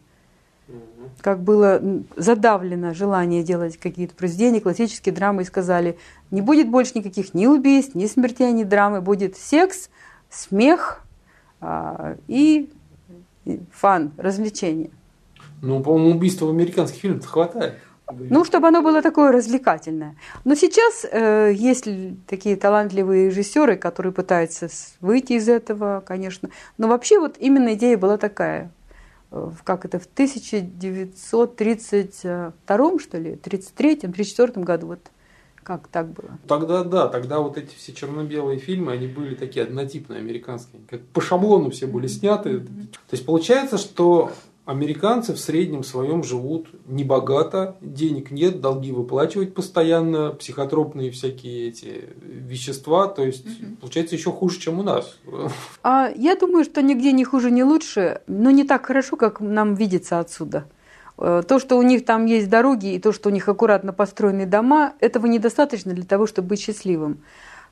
Как было задавлено желание делать какие-то произведения, классические драмы, и сказали, не будет больше никаких ни убийств, ни смертей, ни драмы, будет секс, смех а, и, и фан, развлечения. Ну, по-моему, убийства в американских фильмах хватает. Ну, чтобы оно было такое развлекательное. Но сейчас э, есть такие талантливые режиссеры, которые пытаются выйти из этого, конечно. Но вообще вот именно идея была такая. Как это, в тысяча девятьсот тридцать втором, что ли, тридцать третьем, тридцать четвёртом году, вот как так было? Тогда да, тогда вот эти все черно-белые фильмы, они были такие однотипные, американские, как по шаблону все были сняты. Mm-hmm. То есть получается, что американцы в среднем своем живут небогато, денег нет, долги выплачивать постоянно, психотропные всякие эти вещества, то есть mm-hmm. получается еще хуже, чем у нас. А я думаю, что нигде не хуже, не лучше, но не так хорошо, как нам видится отсюда. То, что у них там есть дороги, и то, что у них аккуратно построены дома, этого недостаточно для того, чтобы быть счастливым.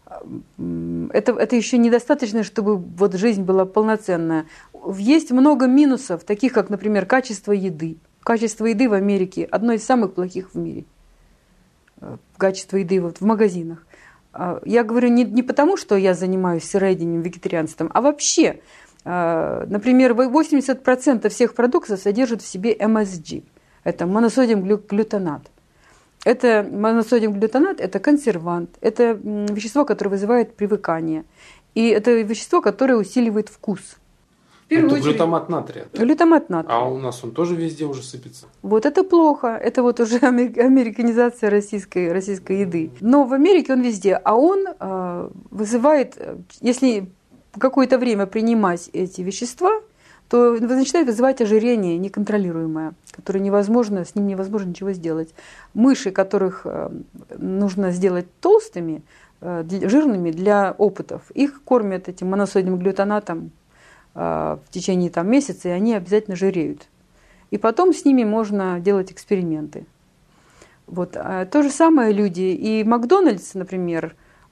это, это еще недостаточно, чтобы вот жизнь была полноценная. Есть много минусов, таких как, например, качество еды. Качество еды в Америке одно из самых плохих в мире. Качество еды вот в магазинах. Я говорю не, не потому, что я занимаюсь сыроедением, вегетарианством, а вообще. Например, восемьдесят процентов всех продуктов содержат в себе эм эс джи. Это моносодиум глютонат. Это моносодиум глютонат – это консервант, это вещество, которое вызывает привыкание. И это вещество, которое усиливает вкус. Это очередь, глютамат натрия. Глютамат натрия. А у нас он тоже везде уже сыпется. Вот это плохо. Это вот уже американизация российской, российской еды. Но в Америке он везде. А он э, вызывает, если какое-то время принимать эти вещества, то начинает вызывать ожирение неконтролируемое, которое невозможно, с ним невозможно ничего сделать. Мыши, которых нужно сделать толстыми, жирными для опытов, их кормят этим моносодиум глютонатом в течение там, месяца, и они обязательно жиреют. И потом с ними можно делать эксперименты. Вот. То же самое люди. И Макдональдс, например,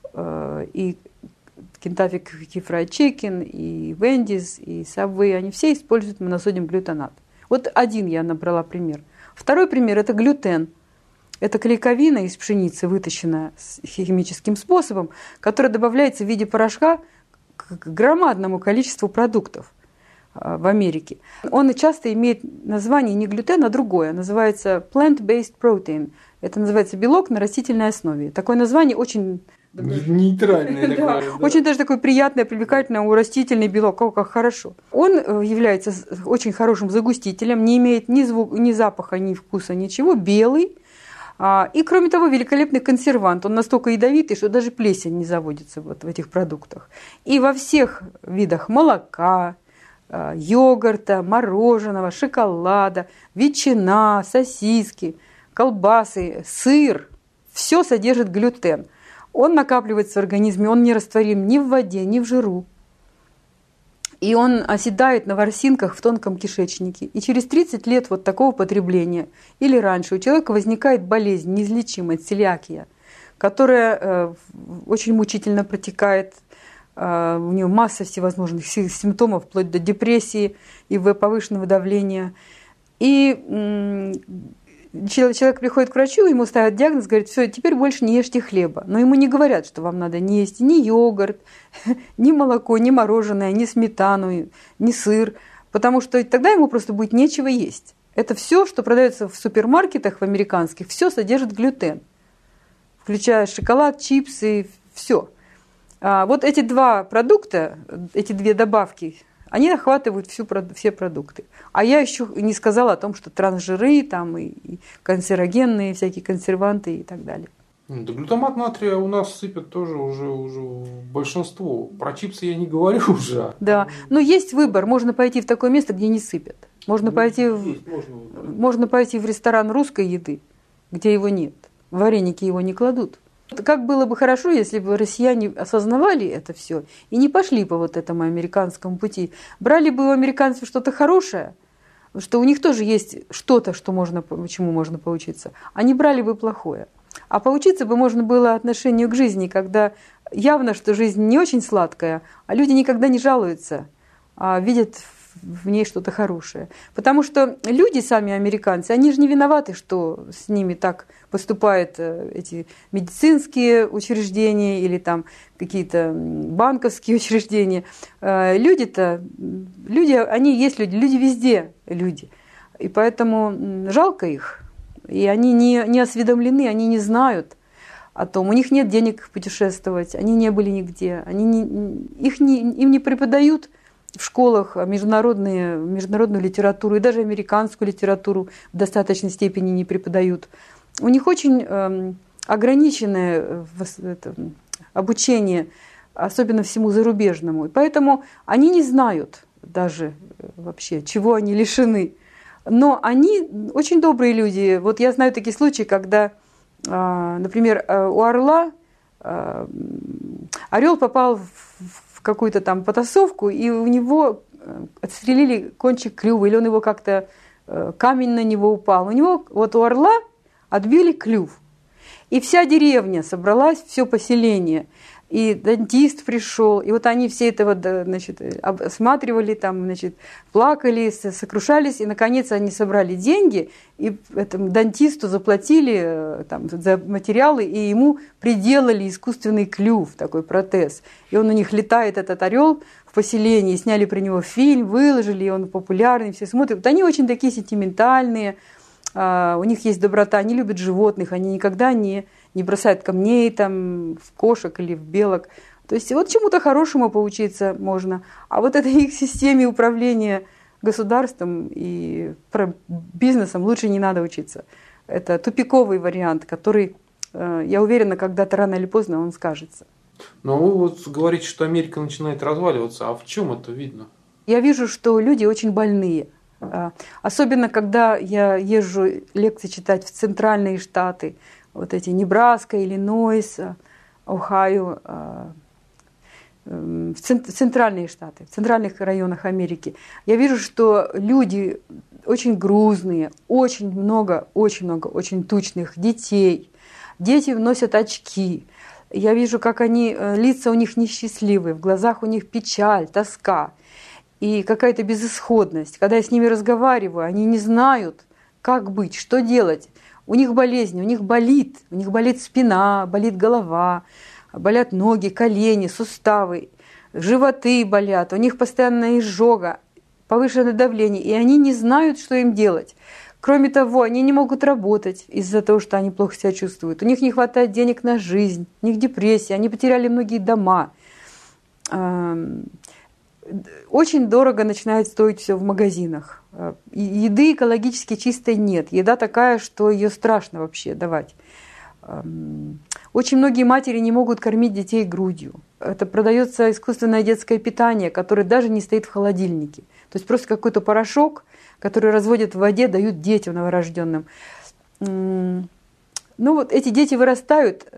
и Kentucky Fried Chicken, и Wendy's, и Subway, они все используют моносодиум глютонат. Вот один я набрала пример. Второй пример – это глютен. Это клейковина из пшеницы, вытащенная химическим способом, которая добавляется в виде порошка к громадному количеству продуктов в Америке. Он часто имеет название не глютен, а другое. Называется plant-based protein. Это называется белок на растительной основе. Такое название очень... Нейтральное такое. Да. Да. Очень даже такое приятное, привлекательное, у растительный белок, о, как хорошо. Он является очень хорошим загустителем, не имеет ни, звук, ни запаха, ни вкуса, ничего, белый. И, кроме того, великолепный консервант. Он настолько ядовитый, что даже плесень не заводится вот в этих продуктах. И во всех видах молока, йогурта, мороженого, шоколада, ветчина, сосиски, колбасы, сыр, все содержит глютен. Он накапливается в организме, он не растворим ни в воде, ни в жиру. И он оседает на ворсинках в тонком кишечнике. И через тридцать лет вот такого потребления или раньше у человека возникает болезнь неизлечимая, целиакия, которая э, очень мучительно протекает. Э, у нее масса всевозможных симптомов, вплоть до депрессии и повышенного давления. И э, человек приходит к врачу, ему ставят диагноз, говорит, все, теперь больше не ешьте хлеба. Но ему не говорят, что вам надо не есть ни йогурт, ни молоко, ни мороженое, ни сметану, ни сыр, потому что тогда ему просто будет нечего есть. Это все, что продается в супермаркетах в американских, все содержит глютен, включая шоколад, чипсы, все. А вот эти два продукта, эти две добавки, они охватывают всю, все продукты. А я еще не сказала о том, что трансжиры, там, и, и канцерогенные, всякие консерванты и так далее. Да, глютамат натрия у нас сыпят тоже уже, уже большинство. Про чипсы я не говорю уже. Да, но есть выбор. Можно пойти в такое место, где не сыпят. Можно, ну, пойти, есть, в, можно, можно пойти в ресторан русской еды, где его нет. В вареники его не кладут. Как было бы хорошо, если бы россияне осознавали это все и не пошли по вот этому американскому пути. Брали бы у американцев что-то хорошее, что у них тоже есть что-то, что можно, чему можно поучиться. Они брали бы плохое. А поучиться бы можно было отношению к жизни, когда явно, что жизнь не очень сладкая, а люди никогда не жалуются, а видят в ней что-то хорошее. Потому что люди, сами американцы, они же не виноваты, что с ними так поступают эти медицинские учреждения или там какие-то банковские учреждения. Люди-то, люди, они есть люди, люди везде люди. И поэтому жалко их. И они не, не осведомлены, они не знают о том, у них нет денег путешествовать, они не были нигде, они не, их не, им не преподают в школах международные, международную литературу и даже американскую литературу в достаточной степени не преподают. У них очень э, ограниченное это, обучение, особенно всему зарубежному. И поэтому они не знают даже вообще, чего они лишены. Но они очень добрые люди. Вот я знаю такие случаи, когда, э, например, у орла э, орел попал в какую-то там потасовку, и у него отстрелили кончик клюва, или он его как-то, камень на него упал. У него, вот у орла отбили клюв. И вся деревня собралась, все поселение. и дантист пришел, и вот они все это вот, значит, осматривали, там, значит, плакали, сокрушались, и, наконец, они собрали деньги, и этому дантисту заплатили там, за материалы, и ему приделали искусственный клюв, такой протез. И он у них летает, этот орел, в поселении, сняли про него фильм, выложили, и он популярный, все смотрят. Вот они очень такие сентиментальные, у них есть доброта, они любят животных, они никогда не... не бросают камней там, в кошек или в белок. То есть вот чему-то хорошему поучиться можно. А вот этой их системе управления государством и бизнесом лучше не надо учиться. Это тупиковый вариант, который, я уверена, когда-то рано или поздно он скажется. Но вы вот говорите, что Америка начинает разваливаться. А в чем это видно? Я вижу, что люди очень больные. Особенно, когда я езжу лекции читать в центральные штаты, вот эти Небраска, Иллинойс, Ohio, в центральные штаты, в центральных районах Америки. Я вижу, что люди очень грузные, очень много, очень много, очень тучных детей. Дети носят очки. Я вижу, как они, лица у них несчастливые, в глазах у них печаль, тоска и какая-то безысходность. Когда я с ними разговариваю, они не знают, как быть, что делать. У них болезни, у них болит, у них болит спина, болит голова, болят ноги, колени, суставы, животы болят, у них постоянная изжога, повышенное давление, и они не знают, что им делать. Кроме того, они не могут работать из-за того, что они плохо себя чувствуют. У них не хватает денег на жизнь, у них депрессия, они потеряли многие дома. Очень дорого начинает стоить все в магазинах. Еды экологически чистой нет. Еда такая, что ее страшно вообще давать. Очень многие матери не могут кормить детей грудью. Это продается искусственное детское питание, которое даже не стоит в холодильнике. То есть просто какой-то порошок, который разводят в воде, дают детям новорожденным. Ну вот эти дети вырастают,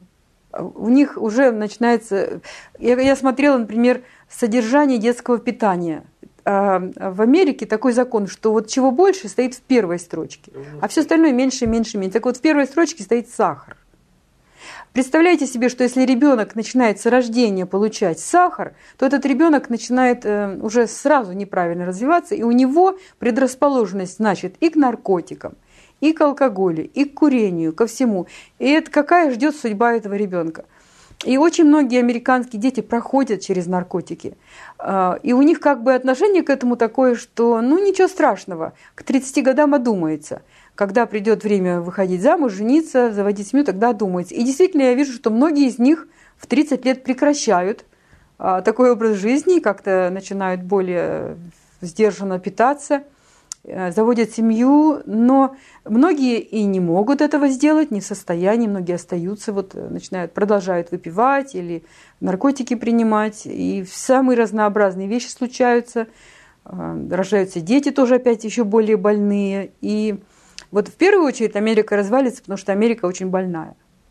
у них уже начинается... Я, я смотрела, например, содержание детского питания. В Америке такой закон, что вот чего больше стоит в первой строчке, а все остальное меньше, меньше, меньше. Так вот в первой строчке стоит сахар. Представляете себе, что если ребенок начинает с рождения получать сахар, то этот ребенок начинает уже сразу неправильно развиваться, и у него предрасположенность, значит, и к наркотикам, и к алкоголю, и к курению, ко всему. И это какая ждет судьба этого ребенка? И очень многие американские дети проходят через наркотики. И у них как бы отношение к этому такое, что ну ничего страшного, к тридцати годам одумается. Когда придет время выходить замуж, жениться, заводить семью, тогда одумается. И действительно я вижу, что многие из них в тридцать лет прекращают такой образ жизни, как-то начинают более сдержанно питаться, заводят семью, но многие и не могут этого сделать, не в состоянии, многие остаются, вот, начинают, продолжают выпивать или наркотики принимать, и самые разнообразные вещи случаются, рождаются дети тоже опять еще более больные, и вот в первую очередь Америка развалится, потому что Америка очень больная,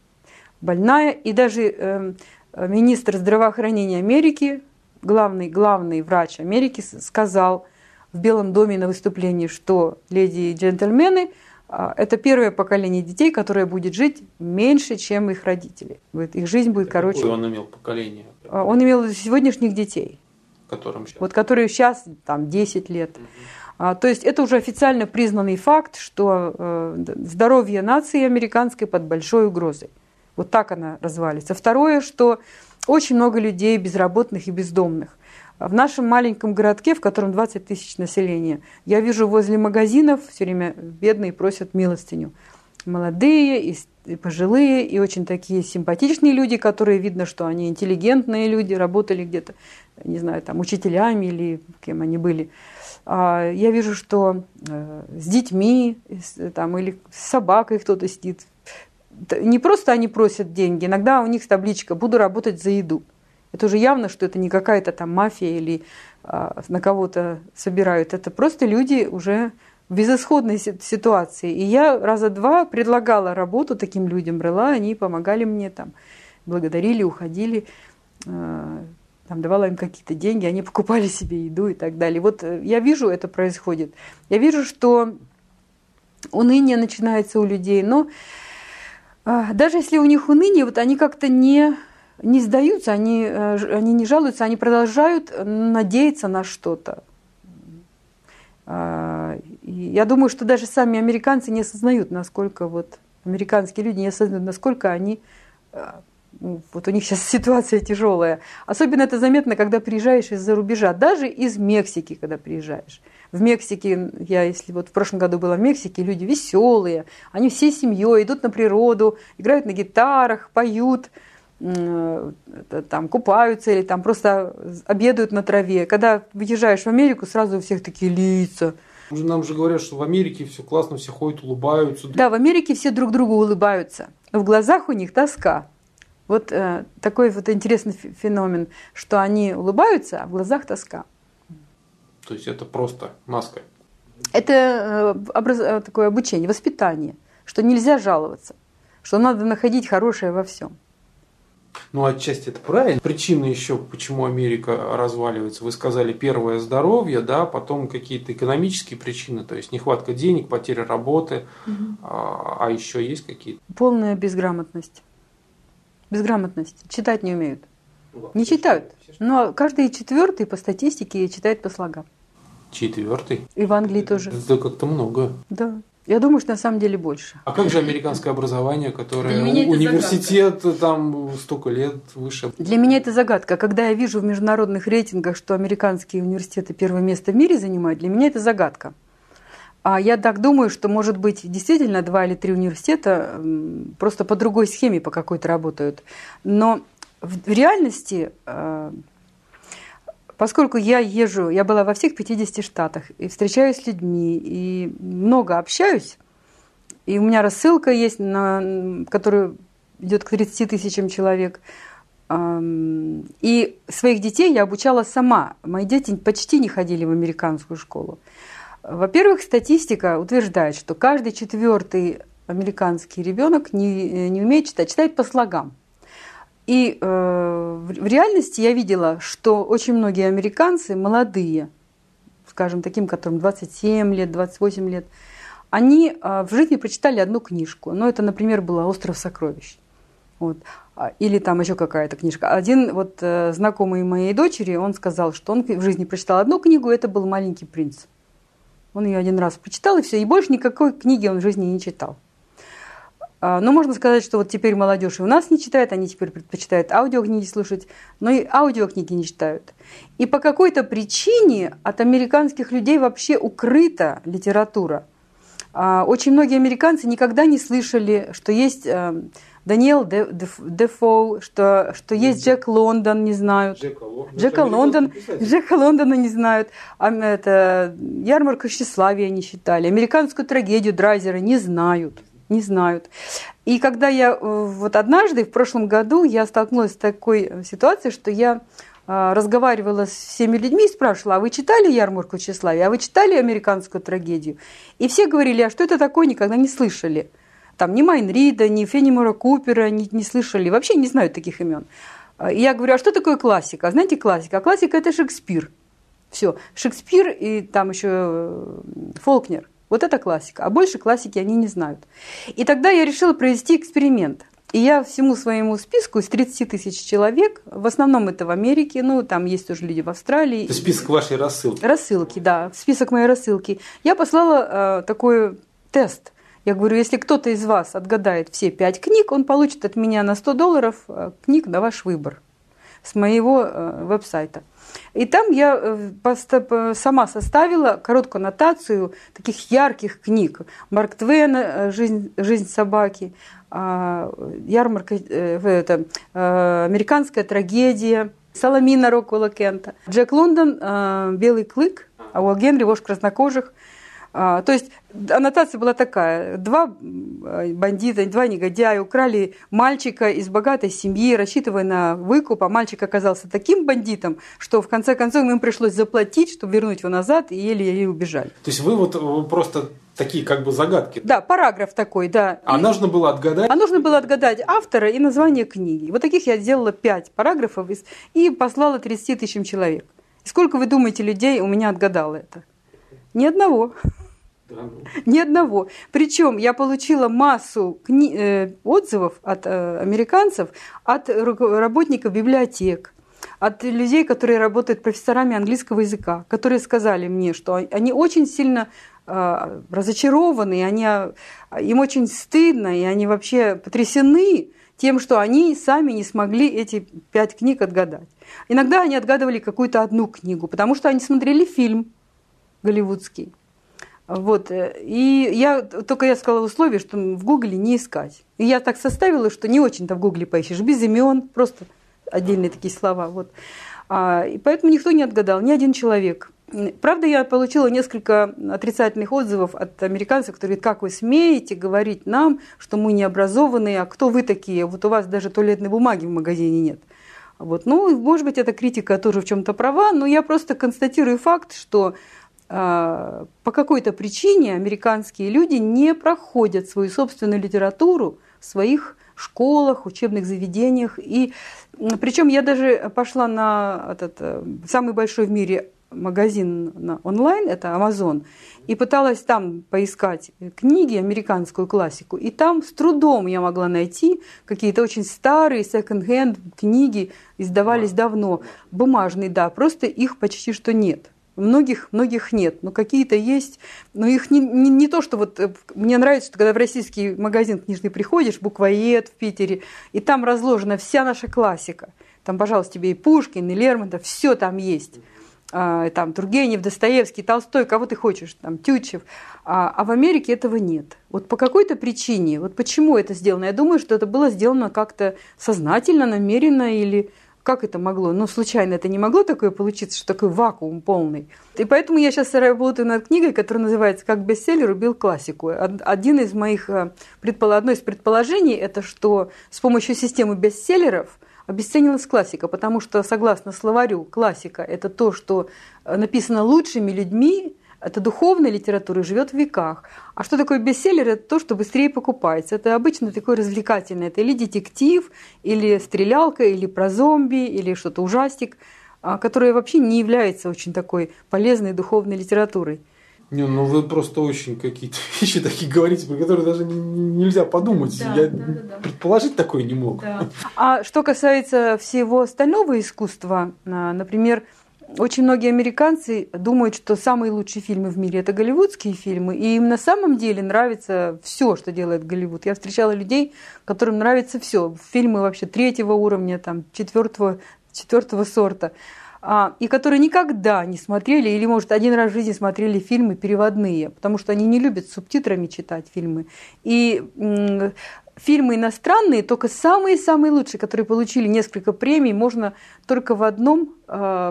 больная, и даже э, министр здравоохранения Америки, главный, главный врач Америки сказал в Белом доме на выступлении, что леди и джентльмены, это первое поколение детей, которое будет жить меньше, чем их родители. Их жизнь будет Какое короче. он имел поколение? Он имел сегодняшних детей, которым сейчас? Вот, которые сейчас там, десять лет. Угу. То есть это уже официально признанный факт, что здоровье нации американской под большой угрозой. Вот так она развалится. Второе, что очень много людей безработных и бездомных. В нашем маленьком городке, в котором двадцать тысяч населения, я вижу возле магазинов все время бедные просят милостыню. Молодые и пожилые, и очень такие симпатичные люди, которые видно, что они интеллигентные люди, работали где-то, не знаю, там учителями или кем они были. Я вижу, что с детьми там, или с собакой кто-то сидит. Не просто они просят деньги, иногда у них табличка «Буду работать за еду». Это уже явно, что это не какая-то там мафия или а, на кого-то собирают. Это просто люди уже в безысходной ситуации. И я раза два предлагала работу таким людям, брала, они помогали мне, там, благодарили, уходили, э, там, давала им какие-то деньги, они покупали себе еду и так далее. Вот я вижу, это происходит. Я вижу, что уныние начинается у людей, но э, даже если у них уныние, вот они как-то не... не сдаются, они, они не жалуются, они продолжают надеяться на что-то. Я думаю, что даже сами американцы не осознают, насколько вот американские люди не осознают, насколько они, вот у них сейчас ситуация тяжелая. Особенно это заметно, когда приезжаешь из-за рубежа, даже из Мексики, когда приезжаешь. В Мексике, я если вот в прошлом году была в Мексике, люди веселые, они всей семьей идут на природу, играют на гитарах, поют, там купаются или там просто обедают на траве. Когда выезжаешь в Америку, сразу у всех такие лица. Нам же говорят, что в Америке все классно, все ходят, улыбаются. Да, в Америке все друг другу улыбаются, но в глазах у них тоска. Вот э, такой вот интересный феномен, что они улыбаются, а в глазах тоска. То есть это просто маска. Это э, образ... такое обучение, воспитание, что нельзя жаловаться, что надо находить хорошее во всем. Ну, отчасти это правильно. Причины еще, почему Америка разваливается. Вы сказали, первое здоровье, да, потом какие-то экономические причины, то есть нехватка денег, потеря работы, угу. а, а еще есть какие-то? Полная безграмотность. Безграмотность. Читать не умеют. Ну, не читают. Но каждый четвертый по статистике читает по слогам. Четвертый? И в Англии тоже. Это как-то много. Да. Я думаю, что на самом деле больше. А как же американское образование, которое университет загадка. Там столько лет выше? Для меня это загадка. Когда я вижу в международных рейтингах, что американские университеты первое место в мире занимают, для меня это загадка. А я так думаю, что, может быть, действительно два или три университета просто по другой схеме по какой-то работают. Но в реальности, поскольку я езжу, я была во всех пятидесяти штатах, и встречаюсь с людьми, и много общаюсь, и у меня рассылка есть, на, которая идет к тридцати тысячам человек, и своих детей я обучала сама. Мои дети почти не ходили в американскую школу. Во-первых, статистика утверждает, что каждый четвертый американский ребенок не, не умеет читать, читает по слогам. И э, в реальности я видела, что очень многие американцы, молодые, скажем, таким, которым двадцать семь лет, двадцать восемь лет, они э, в жизни прочитали одну книжку. Ну, это, например, была «Остров сокровищ». Вот. Или там еще какая-то книжка. Один вот э, знакомый моей дочери, он сказал, что он в жизни прочитал одну книгу, это был «Маленький принц». Он ее один раз прочитал, и все, и больше никакой книги он в жизни не читал. Но можно сказать, что вот теперь молодежь и у нас не читает, они теперь предпочитают аудиокниги слушать, но и аудиокниги не читают. И по какой-то причине от американских людей вообще укрыта литература. Очень многие американцы никогда не слышали, что есть Даниэл Дефо, что, что есть Джек Лондон, не знают. Джека, Джека, Лондон, Джека Лондона не знают. А это «Ярмарку тщеславия» не читали. Американскую трагедию Драйзера не знают. Не знают. И когда я вот однажды, в прошлом году, я столкнулась с такой ситуацией, что я разговаривала с всеми людьми и спрашивала, а вы читали «Ярмарку тщеславия», а вы читали американскую трагедию? И все говорили, а что это такое, никогда не слышали. Там ни Майн Рида, ни Феннимора Купера не, не слышали, вообще не знают таких имен. И я говорю, а что такое классика? Знаете, классика? А классика – это Шекспир. Все, Шекспир и там еще Фолкнер. Вот это классика. А больше классики они не знают. И тогда я решила провести эксперимент. И я всему своему списку из тридцати тысяч человек, в основном это в Америке, ну там есть тоже люди в Австралии. Это список вашей рассылки? Рассылки, да, список моей рассылки. Я послала э, такой тест. Я говорю, если кто-то из вас отгадает все пять книг, он получит от меня на сто долларов э, книг на ваш выбор с моего э, веб-сайта. И там я э, сама составила короткую аннотацию таких ярких книг. Марк Твена «Жизнь, жизнь собаки», э, «Ярмарка», э, это, э, «Американская трагедия», «Соломина» Роквелла Кента, Джек Лондон э, «Белый клык», а Уолл Генри «Вождь краснокожих». А, то есть аннотация была такая. Два бандита, два негодяя украли мальчика из богатой семьи, рассчитывая на выкуп, а мальчик оказался таким бандитом, что в конце концов им пришлось заплатить, чтобы вернуть его назад, и еле-еле убежали. То есть вы вот вы просто такие как бы загадки? Да, параграф такой, да. А и... нужно было отгадать? А нужно было отгадать автора и название книги. Вот таких я сделала пять параграфов и послала тридцати тысячам человек. И сколько, вы думаете, людей у меня отгадало это? Ни одного. Да, ну. Ни одного. Причем я получила массу кни- э, отзывов от э, американцев, от ру- работников библиотек, от людей, которые работают профессорами английского языка, которые сказали мне, что они очень сильно э, разочарованы, и они, им очень стыдно, и они вообще потрясены тем, что они сами не смогли эти пять книг отгадать. Иногда они отгадывали какую-то одну книгу, потому что они смотрели фильм голливудский. Вот. И я, только я сказала условие, что в Гугле не искать. И я так составила, что не очень-то в Гугле поищешь, без имен, просто отдельные такие слова. Вот. А, и поэтому никто не отгадал, ни один человек. Правда, я получила несколько отрицательных отзывов от американцев, которые говорят, как вы смеете говорить нам, что мы не образованные, а кто вы такие? Вот у вас даже туалетной бумаги в магазине нет. Вот. Ну, может быть, эта критика тоже в чем-то права, но я просто констатирую факт, что э, по какой-то причине американские люди не проходят свою собственную литературу в своих школах, учебных заведениях. И, причем я даже пошла на этот, самый большой в мире магазин на онлайн, это Amazon, и пыталась там поискать книги, американскую классику. И там с трудом я могла найти какие-то очень старые секонд-хенд книги, издавались давно, бумажные, да, просто их почти что нет. Многих, многих нет, но какие-то есть, но их не, не, не то, что вот мне нравится, что когда в российский магазин книжный приходишь, Буквоед в Питере, и там разложена вся наша классика. Там, пожалуйста, тебе и Пушкин, и Лермонтов, все там есть. А, там Тургенев, Достоевский, Толстой, кого ты хочешь, там Тютчев. А, а в Америке этого нет. Вот по какой-то причине, вот почему это сделано? Я думаю, что это было сделано как-то сознательно, намеренно или... Как это могло? Ну, случайно это не могло такое получиться, что такой вакуум полный. И поэтому я сейчас работаю над книгой, которая называется «Как бестселлер убил классику». Один из моих, одно из предположений – это что с помощью системы бестселлеров обесценилась классика, потому что, согласно словарю, классика – это то, что написано лучшими людьми, это духовная литература, живет в веках. А что такое бестселлер? Это то, что быстрее покупается. Это обычно такое развлекательное. Это или детектив, или стрелялка, или про зомби, или что-то ужастик, которое вообще не является очень такой полезной духовной литературой. Не, ну вы просто очень какие-то вещи такие говорите, про которые даже нельзя подумать. Да, Я да, да, да. предположить такое не мог. Да. А что касается всего остального искусства, например, очень многие американцы думают, что самые лучшие фильмы в мире – это голливудские фильмы, и им на самом деле нравится все, что делает Голливуд. Я встречала людей, которым нравится все. Фильмы вообще третьего уровня, там, четвертого, четвертого сорта, а, и которые никогда не смотрели, или, может, один раз в жизни смотрели фильмы переводные, потому что они не любят с субтитрами читать фильмы. И м- фильмы иностранные, только самые-самые лучшие, которые получили несколько премий, можно только в одном э,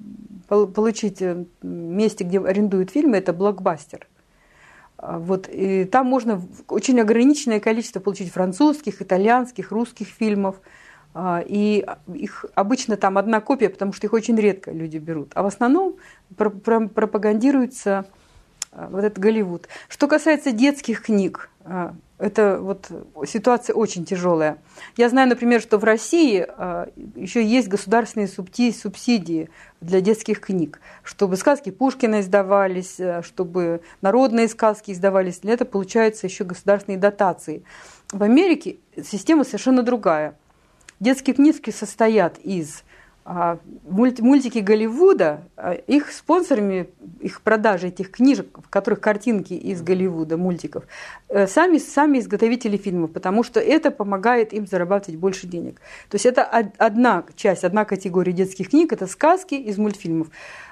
получить месте, где арендуют фильмы, это блокбастер. Вот, и там можно очень ограниченное количество получить французских, итальянских, русских фильмов. И их обычно там одна копия, потому что их очень редко люди берут. А в основном пропагандируется вот этот Голливуд. Что касается детских книг, это вот ситуация очень тяжелая. Я знаю, например, что в России еще есть государственные субсидии для детских книг, чтобы сказки Пушкина издавались, чтобы народные сказки издавались. Для этого получаются еще государственные дотации. В Америке система совершенно другая. Детские книжки состоят из мультики Голливуда, их спонсорами, их продажи этих книжек, в которых картинки из Голливуда, мультиков, сами, сами изготовители фильмов, потому что это помогает им зарабатывать больше денег. То есть это одна часть, одна категория детских книг, это сказки из мультфильмов.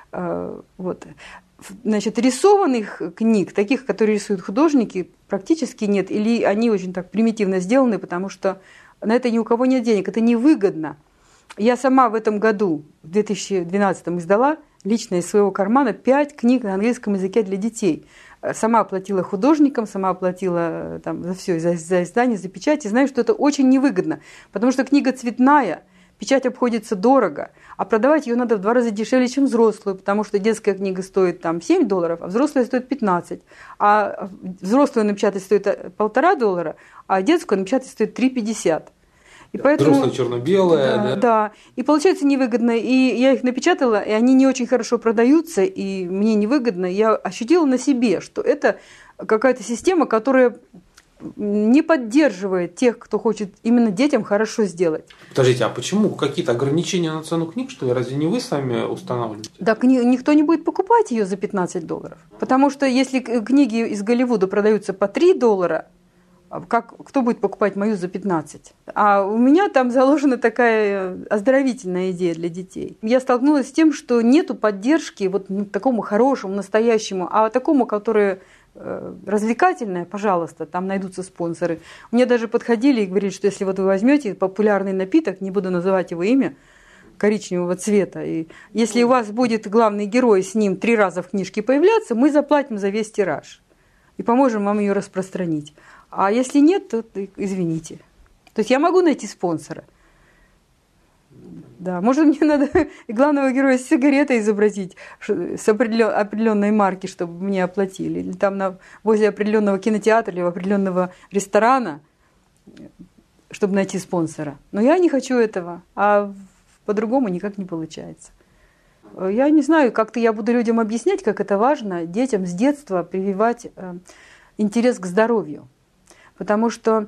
Вот. Значит, рисованных книг, таких, которые рисуют художники, практически нет, или они очень так примитивно сделаны, потому что на это ни у кого нет денег, это невыгодно. Я сама в этом году, в две тысячи двенадцатом, издала лично из своего кармана пять книг на английском языке для детей. Сама оплатила художникам, сама оплатила там, за все, за, за издание, за печать. И знаю, что это очень невыгодно, потому что книга цветная, печать обходится дорого, а продавать ее надо в два раза дешевле, чем взрослую, потому что детская книга стоит там, семь долларов, а взрослая стоит пятнадцать. А взрослую напечатать стоит полтора доллара, а детскую напечатать стоит три пятьдесят. И поэтому, взрослое черно-белое. Да, да. да. И получается невыгодно. И я их напечатала, и они не очень хорошо продаются, и мне невыгодно. Я ощутила на себе, что это какая-то система, которая не поддерживает тех, кто хочет именно детям хорошо сделать. Подождите, а почему какие-то ограничения на цену книг, что ли? Разве не вы сами устанавливаете? Так ни, никто не будет покупать ее за пятнадцать долларов. Потому что если книги из Голливуда продаются по три доллара, как, кто будет покупать мою за пятнадцать? А у меня там заложена такая оздоровительная идея для детей. Я столкнулась с тем, что нету поддержки вот такому хорошему, настоящему, а такому, которое развлекательное, пожалуйста, там найдутся спонсоры. Мне даже подходили и говорили, что если вот вы возьмете популярный напиток, не буду называть его имя, коричневого цвета, и если у вас будет главный герой с ним три раза в книжке появляться, мы заплатим за весь тираж и поможем вам ее распространить. А если нет, то извините. То есть я могу найти спонсора. Да, может, мне надо главного героя с сигаретой изобразить с определенной марки, чтобы мне оплатили. Или там на, возле определенного кинотеатра или определенного ресторана, чтобы найти спонсора. Но я не хочу этого, а по-другому никак не получается. Я не знаю, как-то я буду людям объяснять, как это важно, детям с детства прививать э, интерес к здоровью. Потому что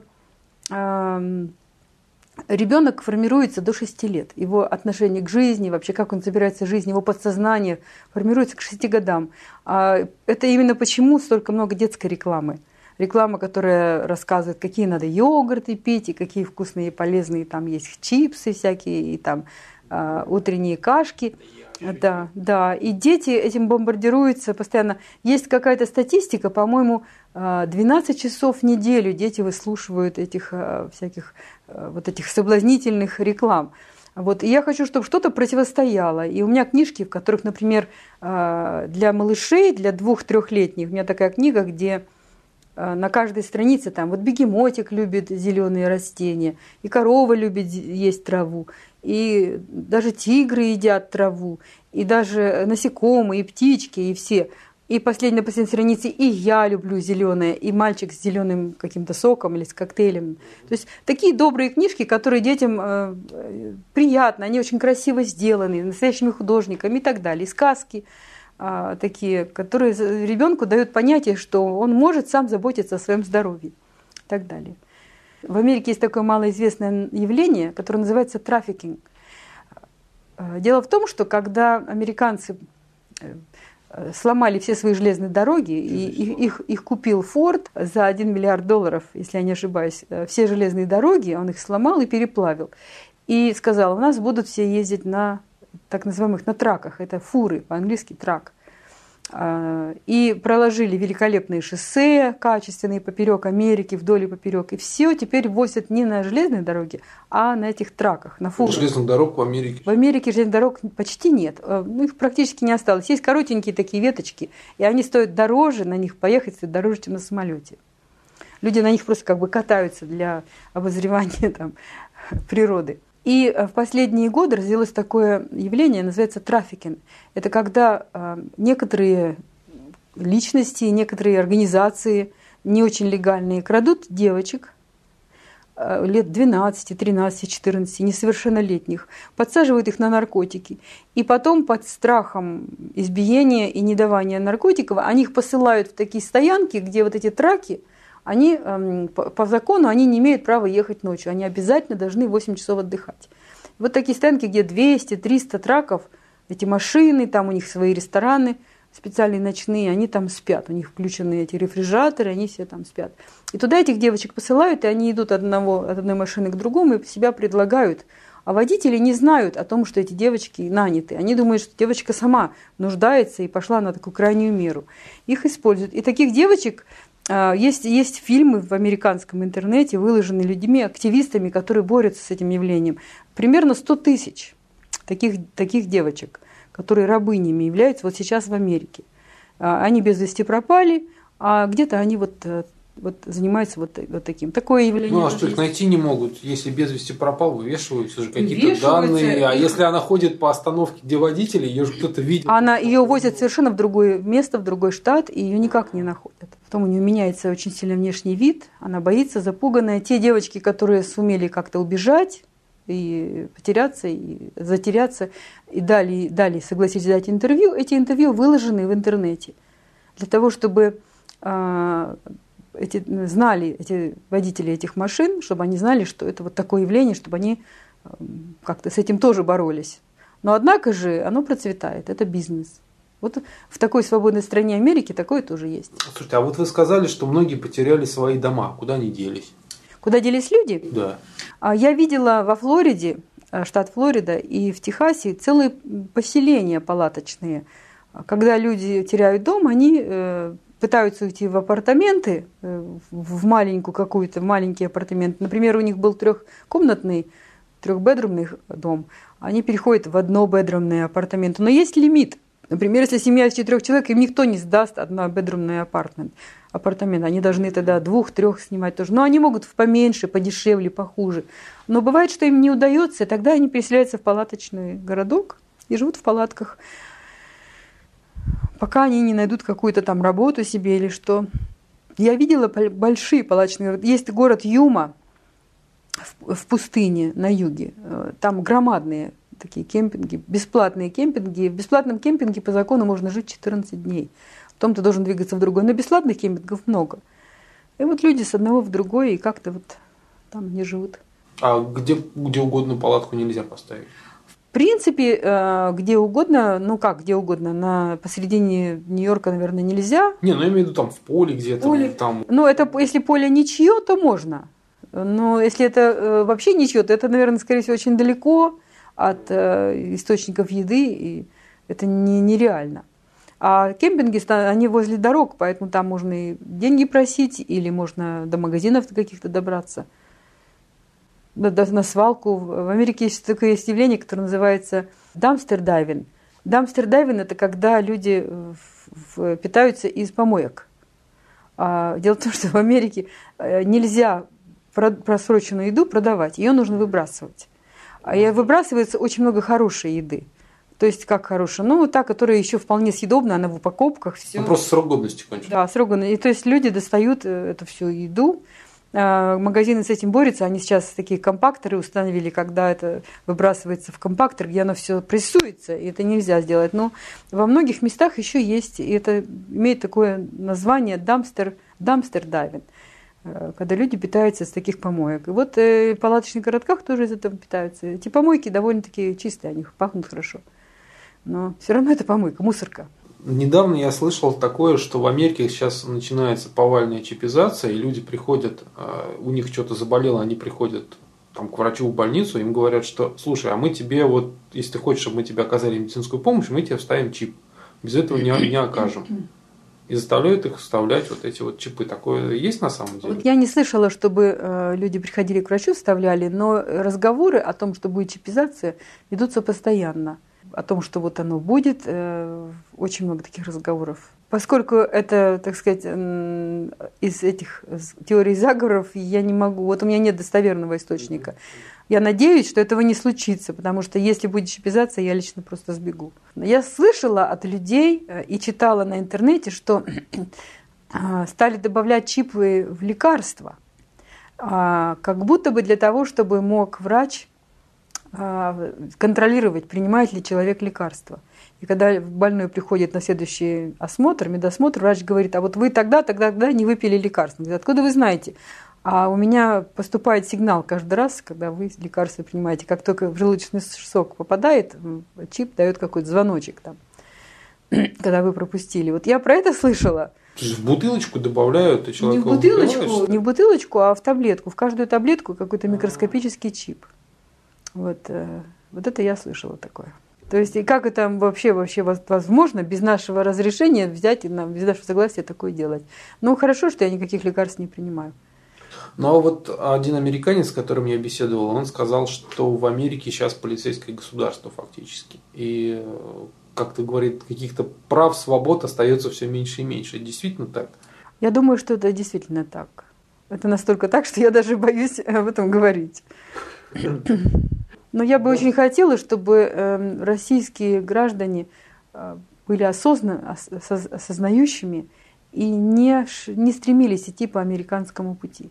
э, ребенок формируется до шести лет. Его отношение к жизни, вообще как он собирается жизнь, его подсознание формируется к шести годам. А это именно почему столько много детской рекламы. Реклама, которая рассказывает, какие надо йогурты пить, и какие вкусные и полезные там есть чипсы всякие, и там э, утренние кашки. Да, да. И дети этим бомбардируются постоянно. Есть какая-то статистика, по-моему, двенадцать часов в неделю дети выслушивают этих всяких вот этих соблазнительных реклам. Вот. И я хочу, чтобы что-то противостояло. И у меня книжки, в которых, например, для малышей, для двух-трехлетних, у меня такая книга, где на каждой странице там вот бегемотик любит зеленые растения, и корова любит есть траву, и даже тигры едят траву, и даже насекомые, и птички, и все. И последняя, на последней странице, и я люблю зеленое, и мальчик с зеленым каким-то соком или с коктейлем. То есть такие добрые книжки, которые детям э, приятны, они очень красиво сделаны, настоящими художниками и так далее. И сказки э, такие, которые ребенку дают понятие, что он может сам заботиться о своем здоровье и так далее. В Америке есть такое малоизвестное явление, которое называется трафикинг. Дело в том, что когда американцы сломали все свои железные дороги, и их, их купил Форд за один миллиард долларов, если я не ошибаюсь, все железные дороги, он их сломал и переплавил. И сказал, у нас будут все ездить на так называемых на траках, это фуры, по-английски трак. И проложили великолепные шоссе, качественные поперек Америки, вдоль и поперек. И все теперь возят не на железной дороге, а на этих траках, на фурах. Железных дорог в Америке? В Америке железных дорог почти нет. Ну, их практически не осталось. Есть коротенькие такие веточки, и они стоят дороже, на них поехать стоит дороже, чем на самолете. Люди на них просто как бы катаются для обозревания там, природы. И в последние годы развилось такое явление, называется трафикинг. Это когда некоторые личности, некоторые организации, не очень легальные, крадут девочек лет двенадцати, тринадцати, четырнадцати, несовершеннолетних, подсаживают их на наркотики. И потом под страхом избиения и недавания наркотиков они их посылают в такие стоянки, где вот эти траки, они, по закону они не имеют права ехать ночью, они обязательно должны восемь часов отдыхать. Вот такие стоянки, где двести-триста траков, эти машины, там у них свои рестораны специальные ночные, они там спят, у них включены эти рефрижераторы, они все там спят. И туда этих девочек посылают, и они идут от, одного, от одной машины к другому и себя предлагают. А водители не знают о том, что эти девочки наняты. Они думают, что девочка сама нуждается и пошла на такую крайнюю меру. Их используют. И таких девочек... Есть, есть фильмы в американском интернете, выложенные людьми, активистами, которые борются с этим явлением. Примерно сто тысяч таких, таких девочек, которые рабынями являются вот сейчас в Америке. Они без вести пропали, а где-то они вот, вот занимаются вот, вот таким. Такое явление. Ну а что, их найти не могут? Если без вести пропал, вывешиваются же какие-то Вешиваются, данные. А их... если она ходит по остановке, где водители, ее же кто-то видит. Она, ее возят совершенно в другое место, в другой штат, и ее никак не находят. В Потом у нее меняется очень сильно внешний вид, она боится, запуганная. Те девочки, которые сумели как-то убежать и потеряться, и затеряться, и дали, дали согласились дать интервью, эти интервью выложены в интернете. Для того, чтобы э, эти, знали эти водители этих машин, чтобы они знали, что это вот такое явление, чтобы они э, как-то с этим тоже боролись. Но однако же оно процветает, это бизнес. Вот в такой свободной стране Америки такое тоже есть. Слушайте, а вот вы сказали, что многие потеряли свои дома. Куда они делись? Куда делись люди? Да. Я видела во Флориде, штат Флорида, и в Техасе целые поселения палаточные. Когда люди теряют дом, они пытаются уйти в апартаменты, в маленькую какую-то, в маленький апартамент. Например, у них был трехкомнатный, трехбедрумный дом. Они переходят в однобедрумные апартаменты. Но есть лимит. Например, если семья из четырех человек, им никто не сдаст однобедрумный апартамент. апартамент. Они должны тогда двух-трех снимать тоже. Но они могут поменьше, подешевле, похуже. Но бывает, что им не удается, и тогда они переселяются в палаточный городок и живут в палатках, пока они не найдут какую-то там работу себе или что. Я видела большие палаточные города. Есть город Юма в пустыне на юге. Там громадные такие кемпинги, бесплатные кемпинги. В бесплатном кемпинге по закону можно жить четырнадцать дней. Потом ты должен двигаться в другой. Но бесплатных кемпингов много. И вот люди с одного в другой, и как-то вот там не живут. А где, где угодно палатку нельзя поставить? В принципе, где угодно, ну как, где угодно, на посередине Нью-Йорка, наверное, нельзя. Не, ну я имею в виду там в поле где-то. Поле. Там... Ну, это если поле ничье, то можно. Но если это вообще ничье, то это, наверное, скорее всего, очень далеко от э, источников еды, и это не, нереально. А кемпинги, они возле дорог, поэтому там можно и деньги просить, или можно до магазинов каких-то добраться, на свалку. В Америке есть такое есть явление, которое называется дамстер-дайвинг. Дамстер-дайвинг – это когда люди питаются из помоек. Дело в том, что в Америке нельзя просроченную еду продавать, ее нужно выбрасывать. И выбрасывается очень много хорошей еды. То есть как хорошая? Ну, та, которая еще вполне съедобна, она в упаковках. Все. Ну, просто срок годности кончился. Да, срок годности. И то есть люди достают эту всю еду. Магазины с этим борются. Они сейчас такие компакторы установили, когда это выбрасывается в компактор, где оно все прессуется, и это нельзя сделать. Но во многих местах еще есть, и это имеет такое название дамстер, дамстер-дайвинг, когда люди питаются из таких помоек. И вот в палаточных городках тоже из этого питаются. Эти помойки довольно-таки чистые, они пахнут хорошо. Но все равно это помойка, мусорка. Недавно я слышал такое, что в Америке сейчас начинается повальная чипизация, и люди приходят, у них что-то заболело, они приходят там, к врачу в больницу, им говорят, что слушай, а мы тебе, вот, если ты хочешь, чтобы мы тебе оказали медицинскую помощь, мы тебе вставим чип. Без этого не, не окажем. И заставляют их вставлять вот эти вот чипы. Такое есть на самом деле? Вот я не слышала, чтобы э, люди приходили к врачу, вставляли, но разговоры о том, что будет чипизация, ведутся постоянно. О том, что вот оно будет, э, очень много таких разговоров. Поскольку это, так сказать, э, из этих теорий заговоров, я не могу, вот у меня нет достоверного источника. Я надеюсь, что этого не случится, потому что если будет чипизация, я лично просто сбегу. Я слышала от людей и читала на интернете, что стали добавлять чипы в лекарства, как будто бы для того, чтобы мог врач контролировать, принимает ли человек лекарство. И когда больной приходит на следующий осмотр, медосмотр, врач говорит, а вот вы тогда, тогда, тогда не выпили лекарство. Говорит, откуда вы знаете? А у меня поступает сигнал каждый раз, когда вы лекарство принимаете. Как только в желудочный сок попадает, чип дает какой-то звоночек там, когда вы пропустили. Вот я про это слышала. То есть в бутылочку добавляют, и человек... Не в бутылочку, не в бутылочку, а в таблетку. В каждую таблетку какой-то микроскопический чип. Вот, вот это я слышала такое. То есть, и как это вообще, вообще возможно без нашего разрешения взять и без нашего согласия такое делать? Ну, хорошо, что я никаких лекарств не принимаю. Ну, а вот один американец, с которым я беседовал, он сказал, что в Америке сейчас полицейское государство фактически. И, как ты говорит, каких-то прав, свобод остается все меньше и меньше. Это действительно так? Я думаю, что это действительно так. Это настолько так, что я даже боюсь об этом говорить. Но я бы очень хотела, чтобы российские граждане были осознанно, осознающими и не, не стремились идти по американскому пути.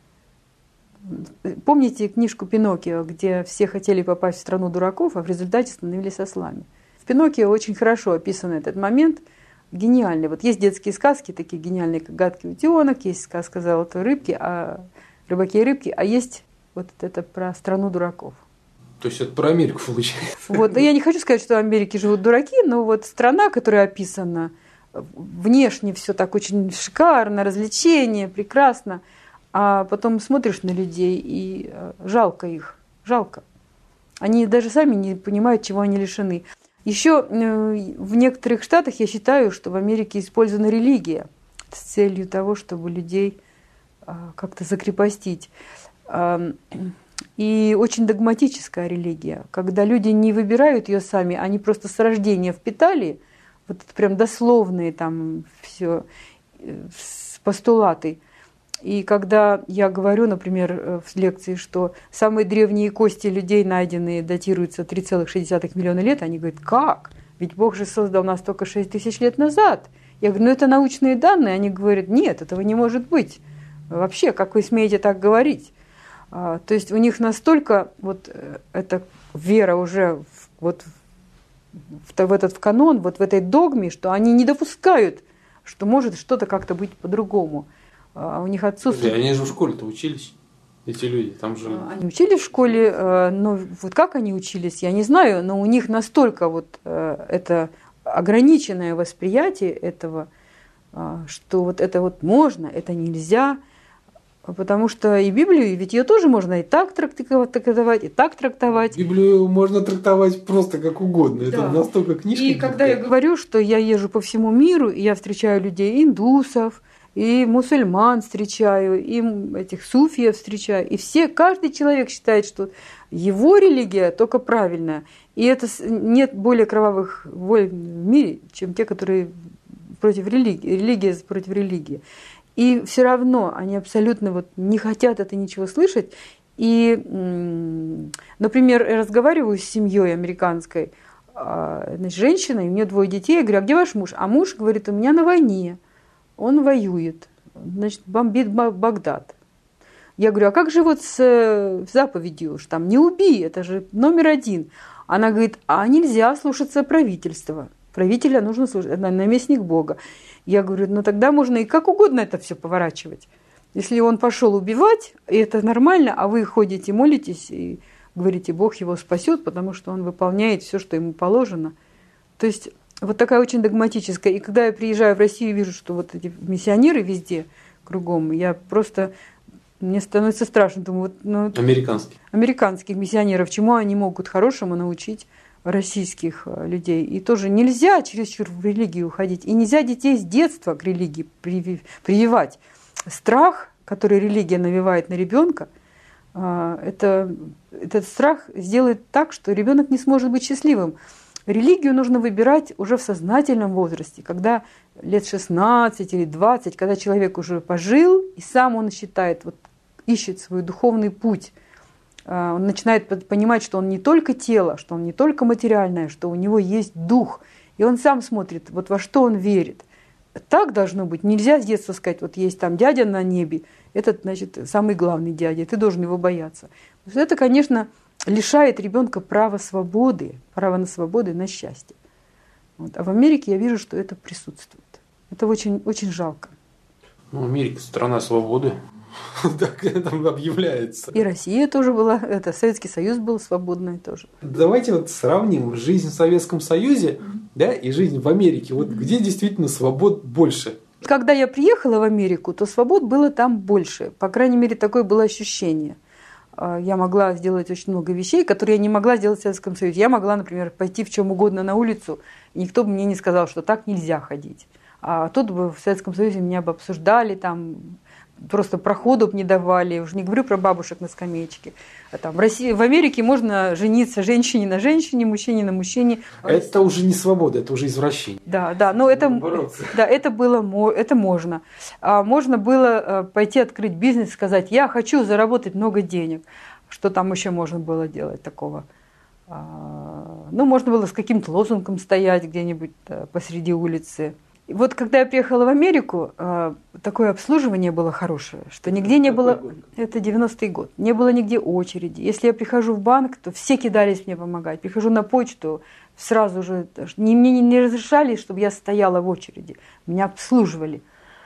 Помните книжку «Пиноккио», где все хотели попасть в страну дураков, а в результате становились ослами? В «Пиноккио» очень хорошо описан этот момент, гениальный. Вот есть детские сказки, такие гениальные, как «Гадкий утенок», есть сказка «Золотой рыбки», а «Рыбаки и рыбки», а есть вот это про страну дураков. То есть это про Америку получается. Вот, я не хочу сказать, что в Америке живут дураки, но вот страна, которая описана, внешне все так очень шикарно, развлечения, прекрасно, а потом смотришь на людей и жалко их, жалко. Они даже сами не понимают, чего они лишены. Еще в некоторых штатах я считаю, что в Америке использована религия с целью того, чтобы людей как-то закрепостить. И очень догматическая религия, когда люди не выбирают ее сами, они просто с рождения впитали, вот это прям дословные там все постулаты. И когда я говорю, например, в лекции, что самые древние кости людей, найденные, датируются три целых шесть десятых миллиона лет, они говорят, как? Ведь Бог же создал нас только шесть тысяч лет назад. Я говорю, ну это научные данные. Они говорят, нет, этого не может быть. Вообще, как вы смеете так говорить? То есть у них настолько вот эта вера уже в, вот в, в этот в канон, вот в этой догме, что они не допускают, что может что-то как-то быть по-другому. А у них отсутствует... Они же в школе-то учились, эти люди, там же... Они учились в школе, но вот как они учились, я не знаю, но у них настолько вот это ограниченное восприятие этого, что вот это вот можно, это нельзя, потому что и Библию, ведь ее тоже можно и так трактовать, и так трактовать. Библию можно трактовать просто как угодно, это да. настолько книжка. И когда я говорю, что я езжу по всему миру, и я встречаю людей индусов, и мусульман встречаю, и этих суфиев встречаю. И все, каждый человек считает, что его религия только правильная. И это нет более кровавых войн в мире, чем те, которые против религии, религия против религии. И все равно они абсолютно вот не хотят это ничего слышать. И, например, я разговариваю с семьей американской, значит, женщиной, у нее двое детей, я говорю, а где ваш муж? А муж говорит, у меня на войне. Он воюет, значит, бомбит Багдад. Я говорю, а как же вот с заповедью, что там не убей, это же номер один. Она говорит, а нельзя слушаться правительства. Правителя нужно слушать, это наместник Бога. Я говорю, ну тогда можно и как угодно это все поворачивать. Если он пошел убивать, и это нормально, а вы ходите, молитесь и говорите, Бог его спасет, потому что он выполняет все, что ему положено. То есть вот такая очень догматическая. И когда я приезжаю в Россию и вижу, что вот эти миссионеры везде кругом, я просто... Мне становится страшно. Думаю, вот, ну, американских. Американских миссионеров, чему они могут хорошему научить российских людей. И тоже нельзя чересчур в религию уходить. И нельзя детей с детства к религии прививать. Страх, который религия навевает на ребенка, это, этот страх сделает так, что ребенок не сможет быть счастливым. Религию нужно выбирать уже в сознательном возрасте, когда лет шестнадцать или двадцать, когда человек уже пожил, и сам он считает, вот, ищет свой духовный путь. Он начинает понимать, что он не только тело, что он не только материальное, что у него есть дух. И он сам смотрит, вот во что он верит. Так должно быть. Нельзя с детства сказать, вот есть там дядя на небе, этот, значит, самый главный дядя, ты должен его бояться. Это, конечно, лишает ребенка права свободы, права на свободу и на счастье. Вот. А в Америке я вижу, что это присутствует. Это очень, очень жалко. Ну, Америка страна свободы. Так там объявляется. И Россия тоже была, это Советский Союз был свободный тоже. Давайте вот сравним жизнь в Советском Союзе, mm-hmm. да, и жизнь в Америке. Вот mm-hmm. где действительно свобод больше? Когда я приехала в Америку, то свобод было там больше. По крайней мере, такое было ощущение. Я могла сделать очень много вещей, которые я не могла сделать в Советском Союзе. Я могла, например, пойти в чем угодно на улицу, и никто бы мне не сказал, что так нельзя ходить. А тут бы в Советском Союзе меня бы обсуждали, там, просто проходу бы не давали. Я уже не говорю про бабушек на скамеечке. А там, в России, в Америке можно жениться женщине на женщине, мужчине на мужчине. Это уже не свобода, это уже извращение. Да, да, но это, да, это было, это можно. А можно было пойти открыть бизнес, сказать, я хочу заработать много денег. Что там еще можно было делать такого? Ну, можно было с каким-то лозунгом стоять где-нибудь посреди улицы. И вот когда я приехала в Америку, такое обслуживание было хорошее, что нигде не было... Это девяностый год. Не было нигде очереди. Если я прихожу в банк, то все кидались мне помогать. Прихожу на почту, сразу же... Мне не разрешали, чтобы я стояла в очереди. Меня обслуживали.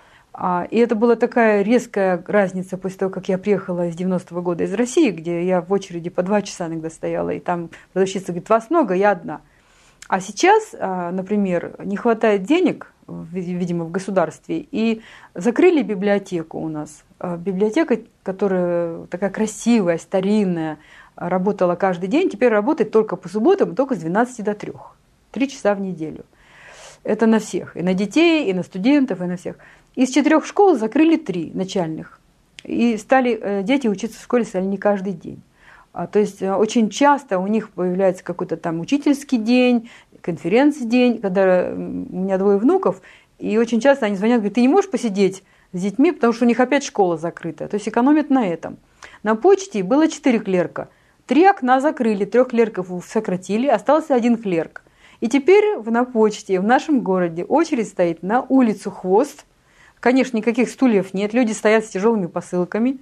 И это была такая резкая разница после того, как я приехала из девяностого года из России, где я в очереди по два часа иногда стояла, и там продавщица говорит, вас много, я одна. А сейчас, например, не хватает денег, видимо, в государстве, и закрыли библиотеку у нас. Библиотека, которая такая красивая, старинная, работала каждый день, теперь работает только по субботам, только с двенадцати до трёх. Три часа в неделю. Это на всех, и на детей, и на студентов, и на всех. Из четырех школ закрыли три начальных. И стали дети учиться в школе стали не каждый день. А, то есть очень часто у них появляется какой-то там учительский день, конференц-день, когда у меня двое внуков, и очень часто они звонят, говорят, ты не можешь посидеть с детьми, потому что у них опять школа закрыта. То есть экономят на этом. На почте было четыре клерка. Три окна закрыли, трех клерков сократили, остался один клерк. И теперь на почте в нашем городе очередь стоит на улицу Хвост. Конечно, никаких стульев нет, люди стоят с тяжелыми посылками.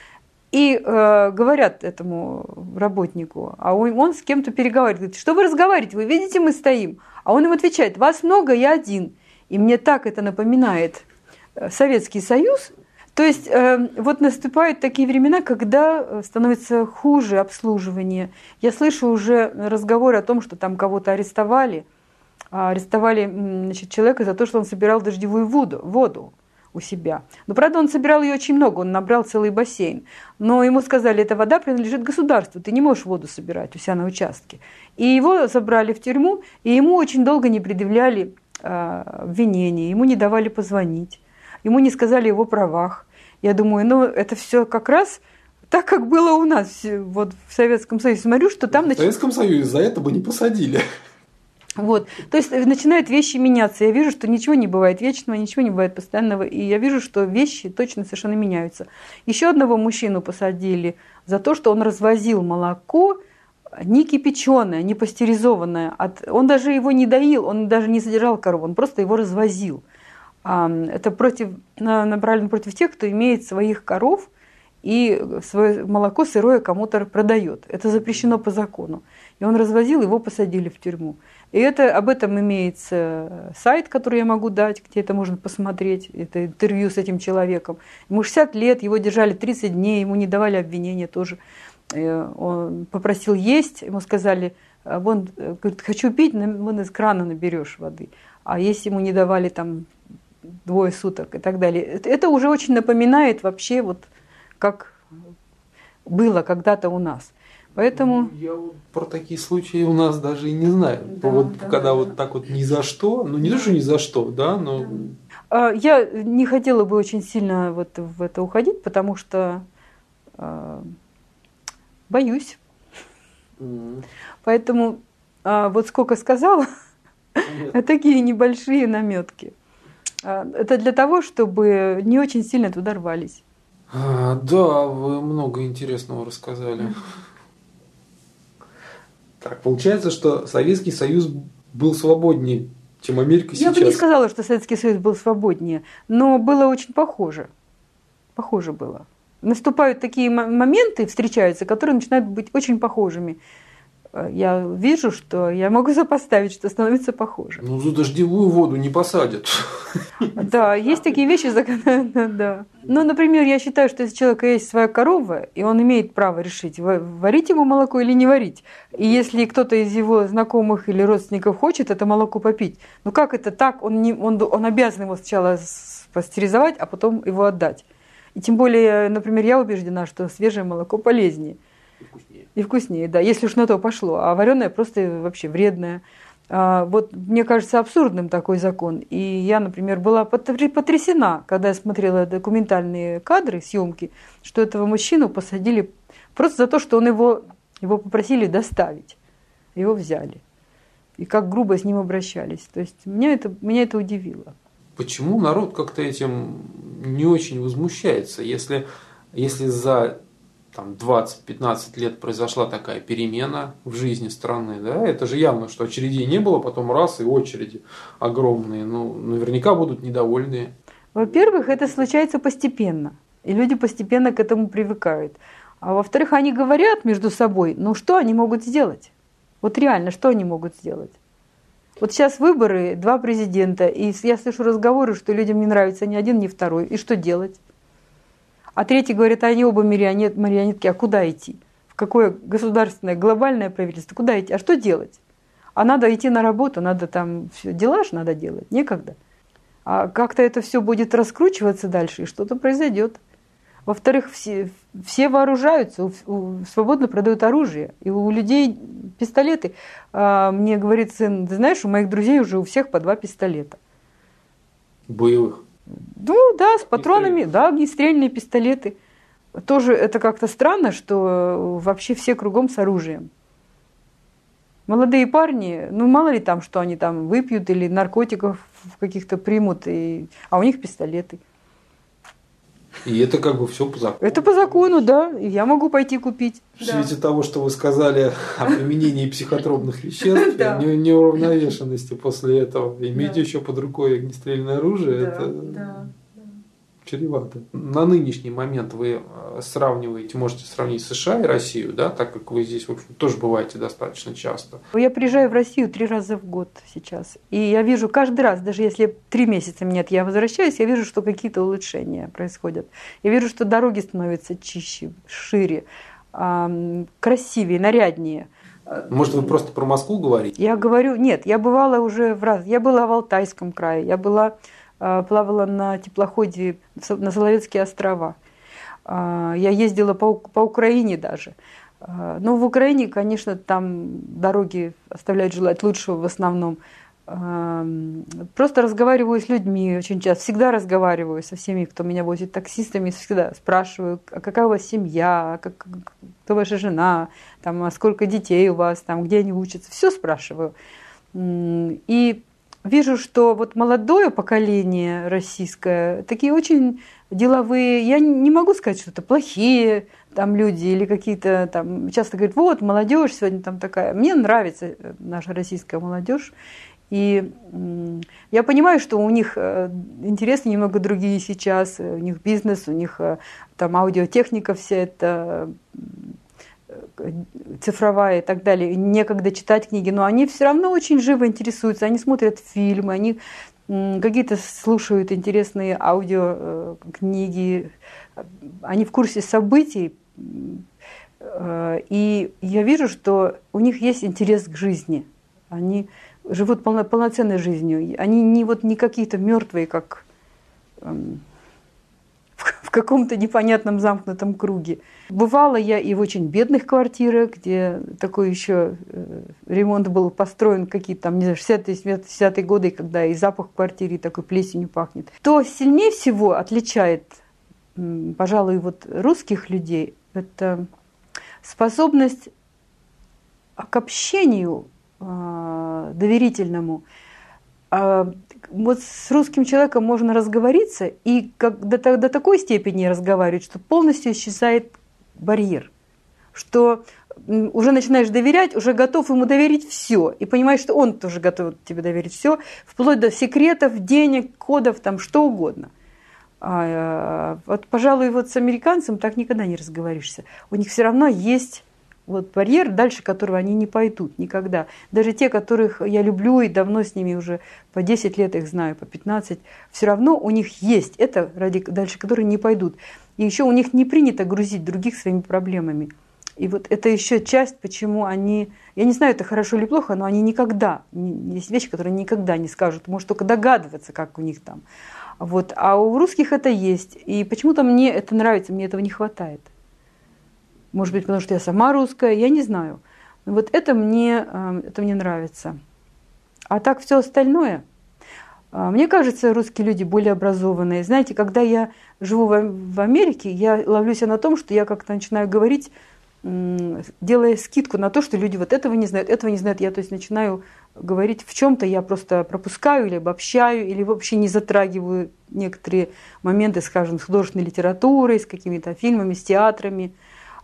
И э, говорят этому работнику, а он, он с кем-то переговаривает, говорит, что вы разговариваете, вы видите, мы стоим. А он им отвечает, вас много, я один. И мне так это напоминает Советский Союз. То есть э, вот наступают такие времена, когда становится хуже обслуживание. Я слышу уже разговоры о том, что там кого-то арестовали. Арестовали значит, человека за то, что он собирал дождевую воду. воду. у себя. Но, правда, он собирал ее очень много, он набрал целый бассейн. Но ему сказали, эта вода принадлежит государству, ты не можешь воду собирать у себя на участке. И его забрали в тюрьму, и ему очень долго не предъявляли э, обвинения, ему не давали позвонить, ему не сказали о его правах. Я думаю, ну, это все как раз так, как было у нас вот, в Советском Союзе. Смотрю, что там... В нач... Советском Союзе за это бы не посадили. Вот. То есть начинают вещи меняться. Я вижу, что ничего не бывает вечного, ничего не бывает постоянного. И я вижу, что вещи точно совершенно меняются. Еще одного мужчину посадили за то, что он развозил молоко не кипяченое, не пастеризованное. Он даже его не доил, он даже не содержал корову, он просто его развозил. Это против, направлено против тех, кто имеет своих коров и свое молоко сырое кому-то продает. Это запрещено по закону. И он развозил, его посадили в тюрьму. И это, об этом имеется сайт, который я могу дать, где это можно посмотреть. Это интервью с этим человеком. Ему шестьдесят лет, его держали тридцать дней, ему не давали обвинения тоже. Он попросил есть, ему сказали, он говорит, хочу пить, вон из крана наберешь воды. А если ему не давали там двое суток и так далее. Это уже очень напоминает вообще, вот, как было когда-то у нас. Поэтому... Я вот про такие случаи у нас даже и не знаю. Да, вот, да, когда да. вот так вот ни за что, ну не то, что ни за что, да, но... Да. Я не хотела бы очень сильно вот в это уходить, потому что э, боюсь. Mm. Поэтому э, вот сколько сказала, такие небольшие наметки. Это для того, чтобы не очень сильно туда рвались. А, да, вы много интересного рассказали. Так, получается, что Советский Союз был свободнее, чем Америка Я сейчас. Я бы не сказала, что Советский Союз был свободнее, но было очень похоже. Похоже было. Наступают такие моменты, встречаются, которые начинают быть очень похожими. Я вижу, что я могу сопоставить, что становится похоже. Ну, за дождевую воду не посадят. Да, есть такие вещи, да. Ну, например, я считаю, что если у человека есть своя корова, и он имеет право решить, варить ему молоко или не варить. И если кто-то из его знакомых или родственников хочет это молоко попить, ну как это так? Он, не, он, он обязан его сначала пастеризовать, а потом его отдать. И тем более, например, я убеждена, что свежее молоко полезнее. И вкуснее. И вкуснее, да, если уж на то пошло. А вареное просто вообще вредное. А, вот мне кажется абсурдным такой закон. И я, например, была потрясена, когда я смотрела документальные кадры, съемки, что этого мужчину посадили просто за то, что он его, его попросили доставить. Его взяли. И как грубо с ним обращались. То есть меня это, меня это удивило. Почему народ как-то этим не очень возмущается, если, если за там двадцать-пятнадцать лет произошла такая перемена в жизни страны, да, это же явно, что очередей не было, потом раз и очереди огромные, ну, наверняка будут недовольные. Во-первых, это случается постепенно, и люди постепенно к этому привыкают. А во-вторых, они говорят между собой, ну что они могут сделать? Вот реально, что они могут сделать? Вот сейчас выборы, два президента, и я слышу разговоры, что людям не нравится ни один, ни второй, и что делать? А третий говорит, они оба марионетки, а куда идти? В какое государственное, глобальное правительство? Куда идти? А что делать? А надо идти на работу, надо там все, дела же надо делать, некогда. А как-то это все будет раскручиваться дальше, и что-то произойдет. Во-вторых, все, все вооружаются, у, у, свободно продают оружие, и у людей пистолеты. А, мне говорит сын, ты знаешь, у моих друзей уже у всех по два пистолета. Боевых? Ну да, с патронами, да, огнестрельные пистолеты. Тоже это как-то странно, что вообще все кругом с оружием. Молодые парни, ну мало ли там, что они там выпьют или наркотиков каких-то примут, и, а у них пистолеты. И это как бы все по закону. Это по закону, да. И я могу пойти купить. В свете да. того, что вы сказали о применении психотропных веществ, да. не, неуравновешенности после этого, иметь да. еще под рукой огнестрельное оружие, да. это да. чревато. На нынешний момент вы сравниваете, можете сравнить США и Россию, да, так как вы здесь, в общем, тоже бываете достаточно часто. Я приезжаю в Россию три раза в год сейчас. И я вижу каждый раз, даже если три месяца нет, я возвращаюсь, я вижу, что какие-то улучшения происходят. Я вижу, что дороги становятся чище, шире, красивее, наряднее. Может, вы просто про Москву говорите? Я говорю, нет, я бывала уже в раз. Я была в Алтайском крае, я была, плавала на теплоходе на Соловецкие острова. Я ездила по, по Украине даже. Но в Украине, конечно, там дороги оставляют желать лучшего в основном. Просто разговариваю с людьми очень часто. Всегда разговариваю со всеми, кто меня возит таксистами. Всегда спрашиваю, а какая у вас семья, как, кто ваша жена, там, а сколько детей у вас, там, где они учатся. Все спрашиваю. И вижу, что вот молодое поколение российское, такие очень деловые, я не могу сказать, что это плохие там люди или какие-то там, часто говорят, вот, молодежь сегодня там такая. Мне нравится наша российская молодежь. И я понимаю, что у них интересы немного другие сейчас, у них бизнес, у них там аудиотехника вся эта цифровая и так далее, некогда читать книги, но они все равно очень живо интересуются, они смотрят фильмы, они какие-то слушают интересные аудиокниги, они в курсе событий, и я вижу, что у них есть интерес к жизни, они живут полно, полноценной жизнью, они не, вот, не какие-то мертвые, как эм, в, в каком-то непонятном замкнутом круге. Бывала я и в очень бедных квартирах, где такой еще э, ремонт был построен, какие-то там, не знаю, шестидесятые годы, когда и запах в квартире такой плесенью пахнет. То сильнее всего отличает, э, пожалуй, вот русских людей, это способность к общению доверительному. Вот с русским человеком можно разговориться, и как, до, до такой степени разговаривать, что полностью исчезает барьер, что уже начинаешь доверять, уже готов ему доверить все, и понимаешь, что он тоже готов тебе доверить все, вплоть до секретов, денег, кодов, там что угодно. А, вот, пожалуй, вот с американцем так никогда не разговоришься. У них все равно есть вот барьер, дальше которого они не пойдут никогда. Даже те, которых я люблю и давно с ними уже по десять лет их знаю, по пятнадцать, все равно у них есть это, ради, дальше которые не пойдут. И еще у них не принято грузить других своими проблемами. И вот это еще часть, почему они, я не знаю, это хорошо или плохо, но они никогда, есть вещи, которые никогда не скажут, может только догадываться, как у них там. Вот. А у русских это есть. И почему-то мне это нравится, мне этого не хватает. Может быть, потому что я сама русская, я не знаю. Но вот это мне, это мне нравится. А так все остальное, мне кажется, русские люди более образованные. Знаете, когда я живу в Америке, я ловлю себя на том, что я как-то начинаю говорить, делая скидку на то, что люди вот этого не знают, этого не знают. Я то есть начинаю говорить в чем-то, я просто пропускаю или обобщаю, или вообще не затрагиваю некоторые моменты, скажем, с художественной литературой, с какими-то фильмами, с театрами.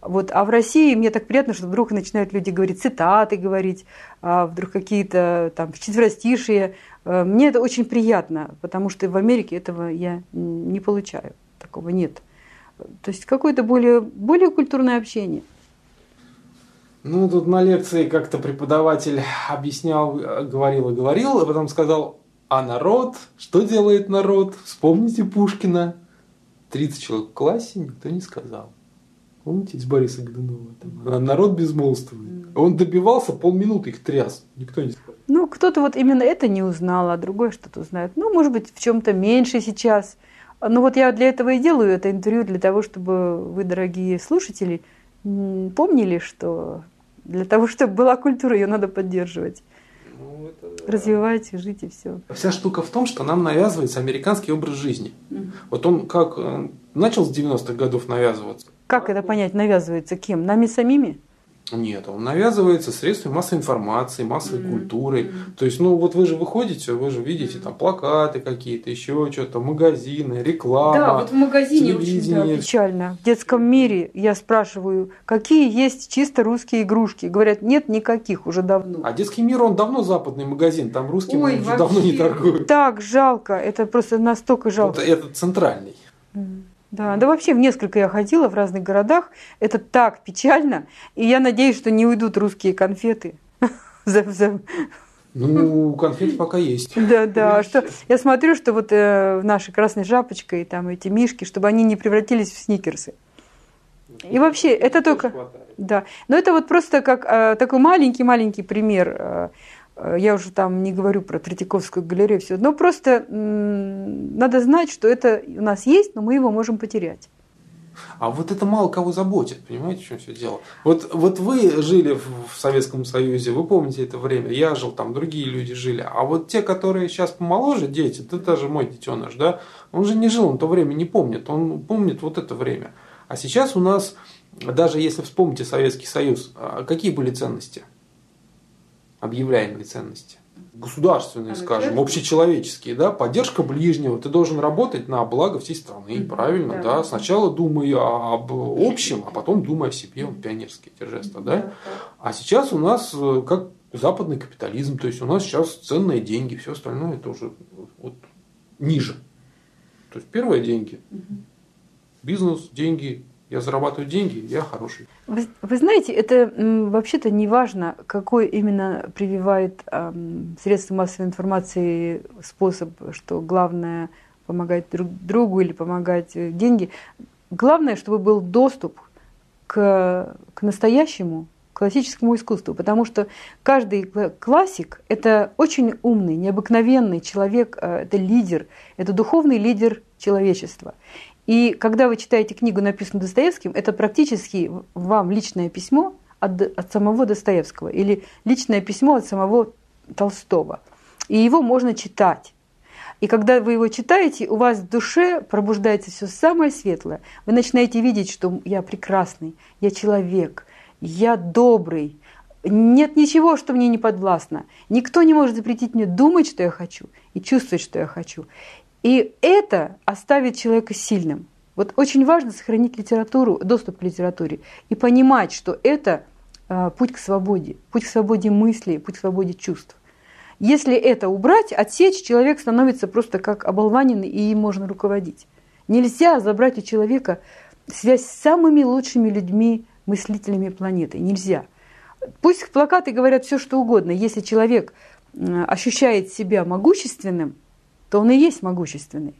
Вот. А в России мне так приятно, что вдруг начинают люди говорить цитаты, говорить, а вдруг какие-то там четверостишие. Мне это очень приятно, потому что в Америке этого я не получаю, такого нет. То есть какое-то более, более культурное общение. Ну, тут на лекции как-то преподаватель объяснял, говорил и говорил, а потом сказал: а народ, что делает народ? Вспомните Пушкина. тридцать человек в классе, никто не сказал. Помните, из Бориса Годунова? Там, а народ безмолвствует. Он добивался, полминуты их тряс, никто не сказал. Ну, кто-то вот именно это не узнал, а другой что-то узнает. Ну, может быть, в чем-то меньше сейчас. Но вот я для этого и делаю это интервью, для того, чтобы вы, дорогие слушатели, помнили, что для того, чтобы была культура, ее надо поддерживать. Ну, это... Развивать, жить и все. Вся штука в том, что нам навязывается американский образ жизни. Mm-hmm. Вот он как начал с девяностых годов навязываться. Как это понять, навязывается кем? Нами самими? Нет, он навязывается средствами массовой информации, массовой mm-hmm. культуры. Mm-hmm. То есть, ну вот вы же выходите, вы же видите там плакаты какие-то, еще что-то, магазины, реклама. Да, вот в магазине очень да, печально. В детском мире я спрашиваю, какие есть чисто русские игрушки? Говорят, нет никаких уже давно. А детский мир, он давно западный магазин, там русским Ой, уже давно не торгуют. Так жалко, это просто настолько жалко. Вот это центральный. Mm. Да, да вообще в несколько я ходила в разных городах. Это так печально. И я надеюсь, что не уйдут русские конфеты. Ну, конфеты пока есть. Да, да. Что, я смотрю, что вот э, наши красной шапочкой, там эти мишки, чтобы они не превратились в сникерсы. И вообще, это только... Да. Но это вот просто как э, такой маленький-маленький пример. Э, Я уже там не говорю про Третьяковскую галерею, все, но просто м- надо знать, что это у нас есть, но мы его можем потерять. А вот это мало кого заботит, понимаете, в чем все дело? Вот, вот вы жили в, в Советском Союзе, вы помните это время, я жил там, другие люди жили, а вот те, которые сейчас помоложе, дети, ты даже мой детеныш, да, он же не жил, он то время не помнит, он помнит вот это время. А сейчас у нас, даже если вспомните Советский Союз, какие были ценности? Объявляемые ценности. Государственные, а скажем, общечеловеческие, да, поддержка ближнего. Ты должен работать на благо всей страны, mm-hmm. правильно, да. да. Сначала думай об общем, а потом думай о себе, вот пионерские эти жесты, да. Mm-hmm. А сейчас у нас как западный капитализм, то есть у нас сейчас ценные деньги, все остальное это уже вот ниже. То есть первое деньги, mm-hmm. бизнес, деньги. Я зарабатываю деньги, я хороший. Вы, вы знаете, это м, вообще-то не важно, какой именно прививает эм, средства массовой информации способ, что главное помогать друг другу или помогать деньги. Главное, чтобы был доступ к, к настоящему классическому искусству, потому что каждый классик – это очень умный, необыкновенный человек, это лидер, это духовный лидер человечества. И когда вы читаете книгу, написанную Достоевским, это практически вам личное письмо от, от самого Достоевского или личное письмо от самого Толстого. И его можно читать. И когда вы его читаете, у вас в душе пробуждается все самое светлое. Вы начинаете видеть, что я прекрасный, я человек, я добрый. Нет ничего, что мне не подвластно. Никто не может запретить мне думать, что я хочу, и чувствовать, что я хочу. И это оставит человека сильным. Вот очень важно сохранить литературу, доступ к литературе и понимать, что это э, путь к свободе, путь к свободе мыслей, путь к свободе чувств. Если это убрать, отсечь, человек становится просто как оболваненный, и им можно руководить. Нельзя забрать у человека связь с самыми лучшими людьми, мыслителями планеты. Нельзя. Пусть плакаты говорят все, что угодно. Если человек э, ощущает себя могущественным, то он и есть могущественный.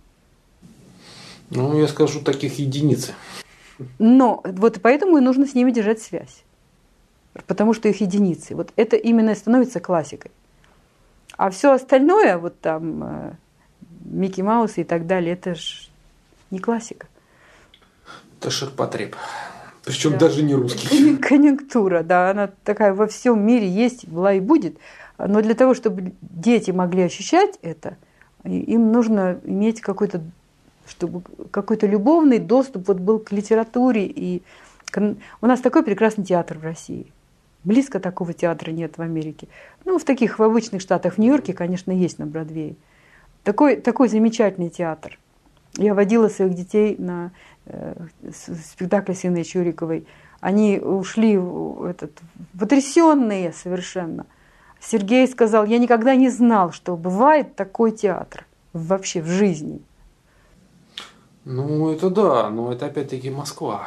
Ну, я скажу, таких единицы. Но вот поэтому и нужно с ними держать связь. Потому что их единицы. Вот это именно становится классикой. А все остальное, вот там э, Микки Маус и так далее, это же не классика. Это ширпотреб. Причем да. даже не русский. Конъюнктура, да, она такая во всем мире есть, была и будет. Но для того, чтобы дети могли ощущать это, им нужно иметь какой-то, чтобы какой-то любовный доступ вот был к литературе. И к... У нас такой прекрасный театр в России. Близко такого театра нет в Америке. Ну, в таких, в обычных штатах, в Нью-Йорке, конечно, есть на Бродвее. Такой, такой замечательный театр. Я водила своих детей на э, спектакль с Инной Чуриковой. Они ушли этот, потрясенные совершенно. Сергей сказал, я никогда не знал, что бывает такой театр вообще в жизни. Ну, это да, но это опять-таки Москва.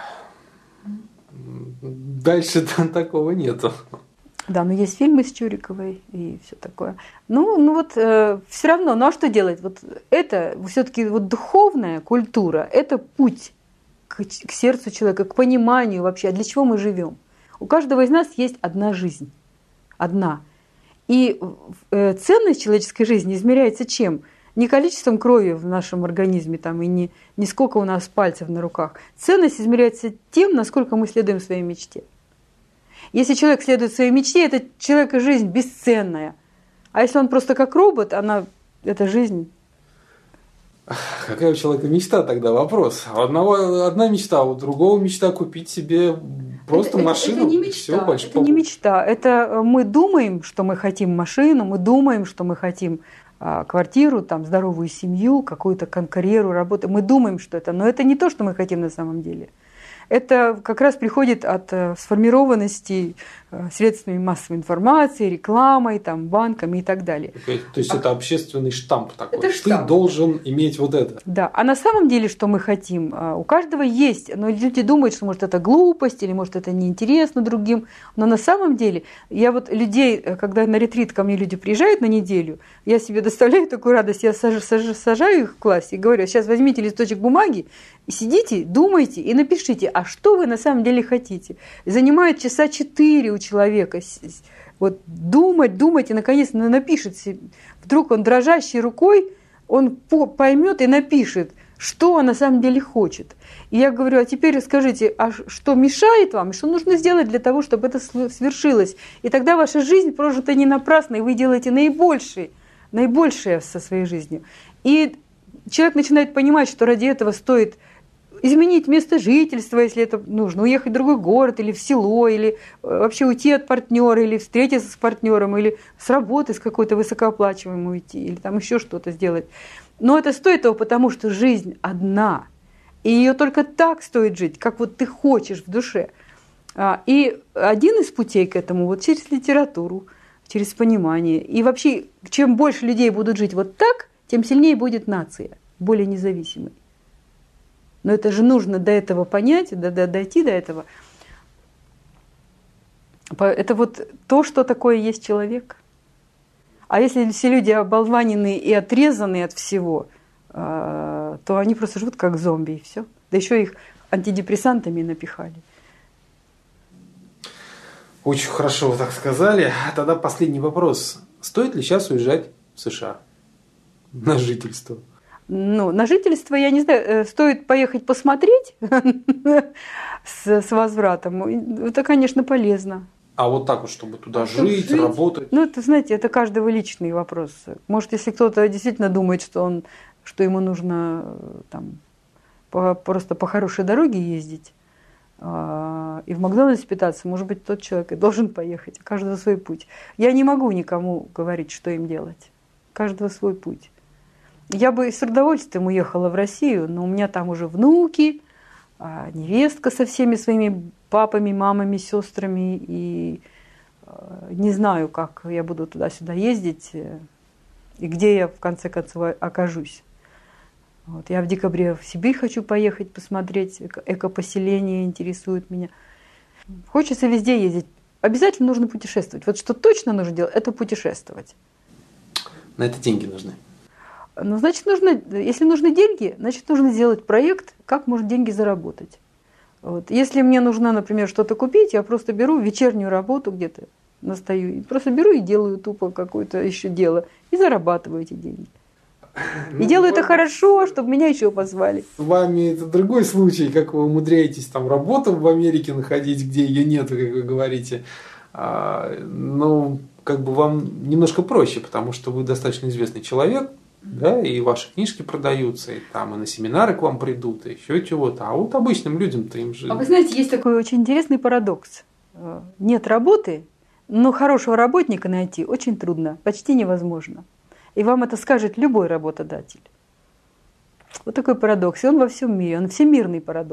Дальше там такого нету. Да, но есть фильмы с Чуриковой и все такое. Ну, ну вот э, все равно, ну а что делать? Вот это все-таки вот духовная культура, это путь к, к сердцу человека, к пониманию вообще, а для чего мы живем. У каждого из нас есть одна жизнь, одна. И э, ценность человеческой жизни измеряется чем? Не количеством крови в нашем организме там, и не, не сколько у нас пальцев на руках. Ценность измеряется тем, насколько мы следуем своей мечте. Если человек следует своей мечте, это человека жизнь бесценная. А если он просто как робот, она, это жизнь. Какая у человека мечта тогда? Вопрос. У одного одна мечта, у другого мечта купить себе просто это, машину. Это, это не мечта. Все, больше это не мечта. Это мы думаем, что мы хотим машину, мы думаем, что мы хотим а, квартиру, там, здоровую семью, какую-то карьеру, работу. Мы думаем, что это. Но это не то, что мы хотим на самом деле. Это как раз приходит от сформированности средствами массовой информации, рекламой, там, банками и так далее. То есть а... это общественный штамп такой. Это штамп. Ты должен иметь вот это. Да. А на самом деле, что мы хотим, у каждого есть. Но люди думают, что может это глупость или может это неинтересно другим. Но на самом деле, я вот людей, когда на ретрит ко мне люди приезжают на неделю, я себе доставляю такую радость, я саж, саж, сажаю их в классе и говорю, сейчас возьмите листочек бумаги и сидите, думайте и напишите, а что вы на самом деле хотите. Занимает часа четыре у человека. Вот думать, думать и наконец напишет. Вдруг он дрожащей рукой, он поймет и напишет, что он на самом деле хочет. И я говорю, а теперь скажите, а что мешает вам, что нужно сделать для того, чтобы это свершилось. И тогда ваша жизнь прожита не напрасно, и вы делаете наибольшее, наибольшее со своей жизнью. И человек начинает понимать, что ради этого стоит изменить место жительства, если это нужно, уехать в другой город или в село, или вообще уйти от партнера, или встретиться с партнером, или с работы с какой-то высокооплачиваемой уйти, или там еще что-то сделать. Но это стоит того, потому что жизнь одна, и ее только так стоит жить, как вот ты хочешь в душе. И один из путей к этому вот через литературу, через понимание. И вообще, чем больше людей будут жить вот так, тем сильнее будет нация, более независимой. Но это же нужно до этого понять, до, до, дойти до этого. Это вот то, что такое есть человек. А если все люди оболванены и отрезаны от всего, то они просто живут как зомби, и все. Да еще их антидепрессантами напихали. Очень хорошо вы так сказали. Тогда последний вопрос. Стоит ли сейчас уезжать в США на жительство? Ну, на жительство, я не знаю, стоит поехать посмотреть с, с возвратом. Это, конечно, полезно. А вот так вот, чтобы туда жить, жить, работать? Ну, это, знаете, это каждого личный вопрос. Может, если кто-то действительно думает, что, он, что ему нужно там, по, просто по хорошей дороге ездить э, и в Макдональдс питаться, может быть, тот человек и должен поехать. У каждого свой путь. Я не могу никому говорить, что им делать. У каждого свой путь. Я бы с удовольствием уехала в Россию, но у меня там уже внуки, невестка со всеми своими папами, мамами, сестрами. И не знаю, как я буду туда-сюда ездить и где я в конце концов окажусь. Вот. Я в декабре в Сибирь хочу поехать посмотреть, экопоселение интересует меня. Хочется везде ездить. Обязательно нужно путешествовать. Вот что точно нужно делать, это путешествовать. На это деньги нужны. Ну, значит, нужно, если нужны деньги, значит, нужно сделать проект, как можно деньги заработать. Вот. Если мне нужно, например, что-то купить, я просто беру вечернюю работу где-то, настаю, просто беру и делаю тупо какое-то еще дело, и зарабатываю эти деньги. И ну, делаю это хорошо, чтобы меня еще позвали. С вами это другой случай, как вы умудряетесь там работу в Америке находить, где ее нет, как вы говорите. А, ну, как бы вам немножко проще, потому что вы достаточно известный человек, да, и ваши книжки продаются, и там и на семинары к вам придут, и еще чего-то. А вот обычным людям-то им же... А вы знаете, есть такой очень интересный парадокс. Нет работы, но хорошего работника найти очень трудно, почти невозможно. И вам это скажет любой работодатель. Вот такой парадокс. И он во всем мире, он всемирный парадокс.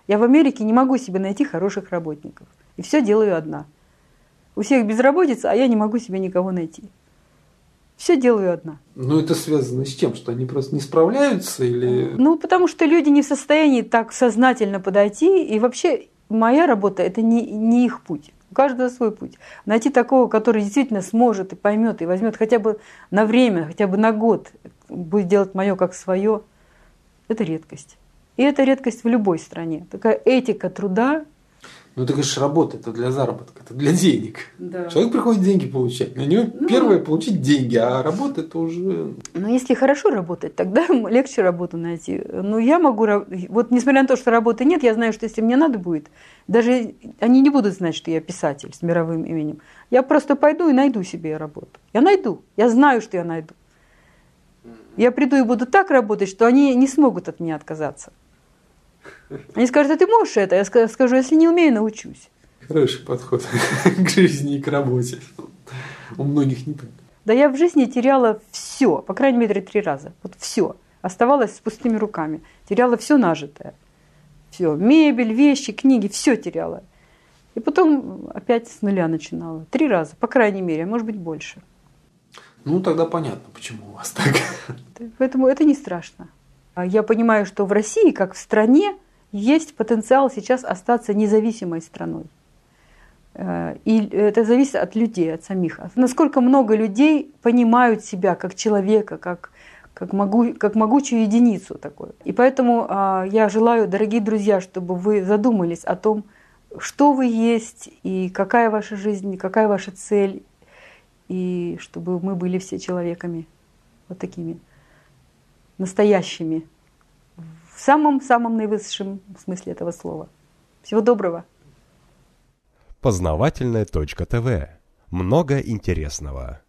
Я в Америке не могу себе найти хороших работников. И все делаю одна. У всех безработица, а я не могу себе никого найти. Все делаю одна. Ну, это связано с чем? Что они просто не справляются или... Ну, потому что люди не в состоянии так сознательно подойти. И вообще моя работа – это не, не их путь. У каждого свой путь. Найти такого, который действительно сможет и поймет, и возьмет хотя бы на время, хотя бы на год, будет делать мое как свое, это редкость. И это редкость в любой стране. Такая этика труда. Ну, так это же работа, это для заработка, это для денег. Да. Человек приходит деньги получать. На него ну, первое получить деньги, а работа это уже... Ну, если хорошо работать, тогда легче работу найти. Но я могу... Вот несмотря на то, что работы нет, я знаю, что если мне надо будет, даже они не будут знать, что я писатель с мировым именем. Я просто пойду и найду себе работу. Я найду. Я знаю, что я найду. Я приду и буду так работать, что они не смогут от меня отказаться. Они скажут, а ты можешь это? Я скажу, если не умею, научусь. Хороший подход к жизни и к работе. У многих не так. Да я в жизни теряла все, по крайней мере, три раза. Вот все. Оставалась с пустыми руками. Теряла все нажитое. Все. Мебель, вещи, книги, все теряла. И потом опять с нуля начинала. Три раза, по крайней мере, а может быть больше. Ну, тогда понятно, почему у вас так. Поэтому это не страшно. Я понимаю, что в России, как в стране, есть потенциал сейчас остаться независимой страной. И это зависит от людей, от самих. Насколько много людей понимают себя как человека, как, как, могу, как могучую единицу такой. И поэтому я желаю, дорогие друзья, чтобы вы задумались о том, что вы есть, и какая ваша жизнь, какая ваша цель, и чтобы мы были все человеками вот такими настоящими, в самом-самом наивысшем смысле этого слова. Всего доброго. Познавательная точка ТВ. Много интересного.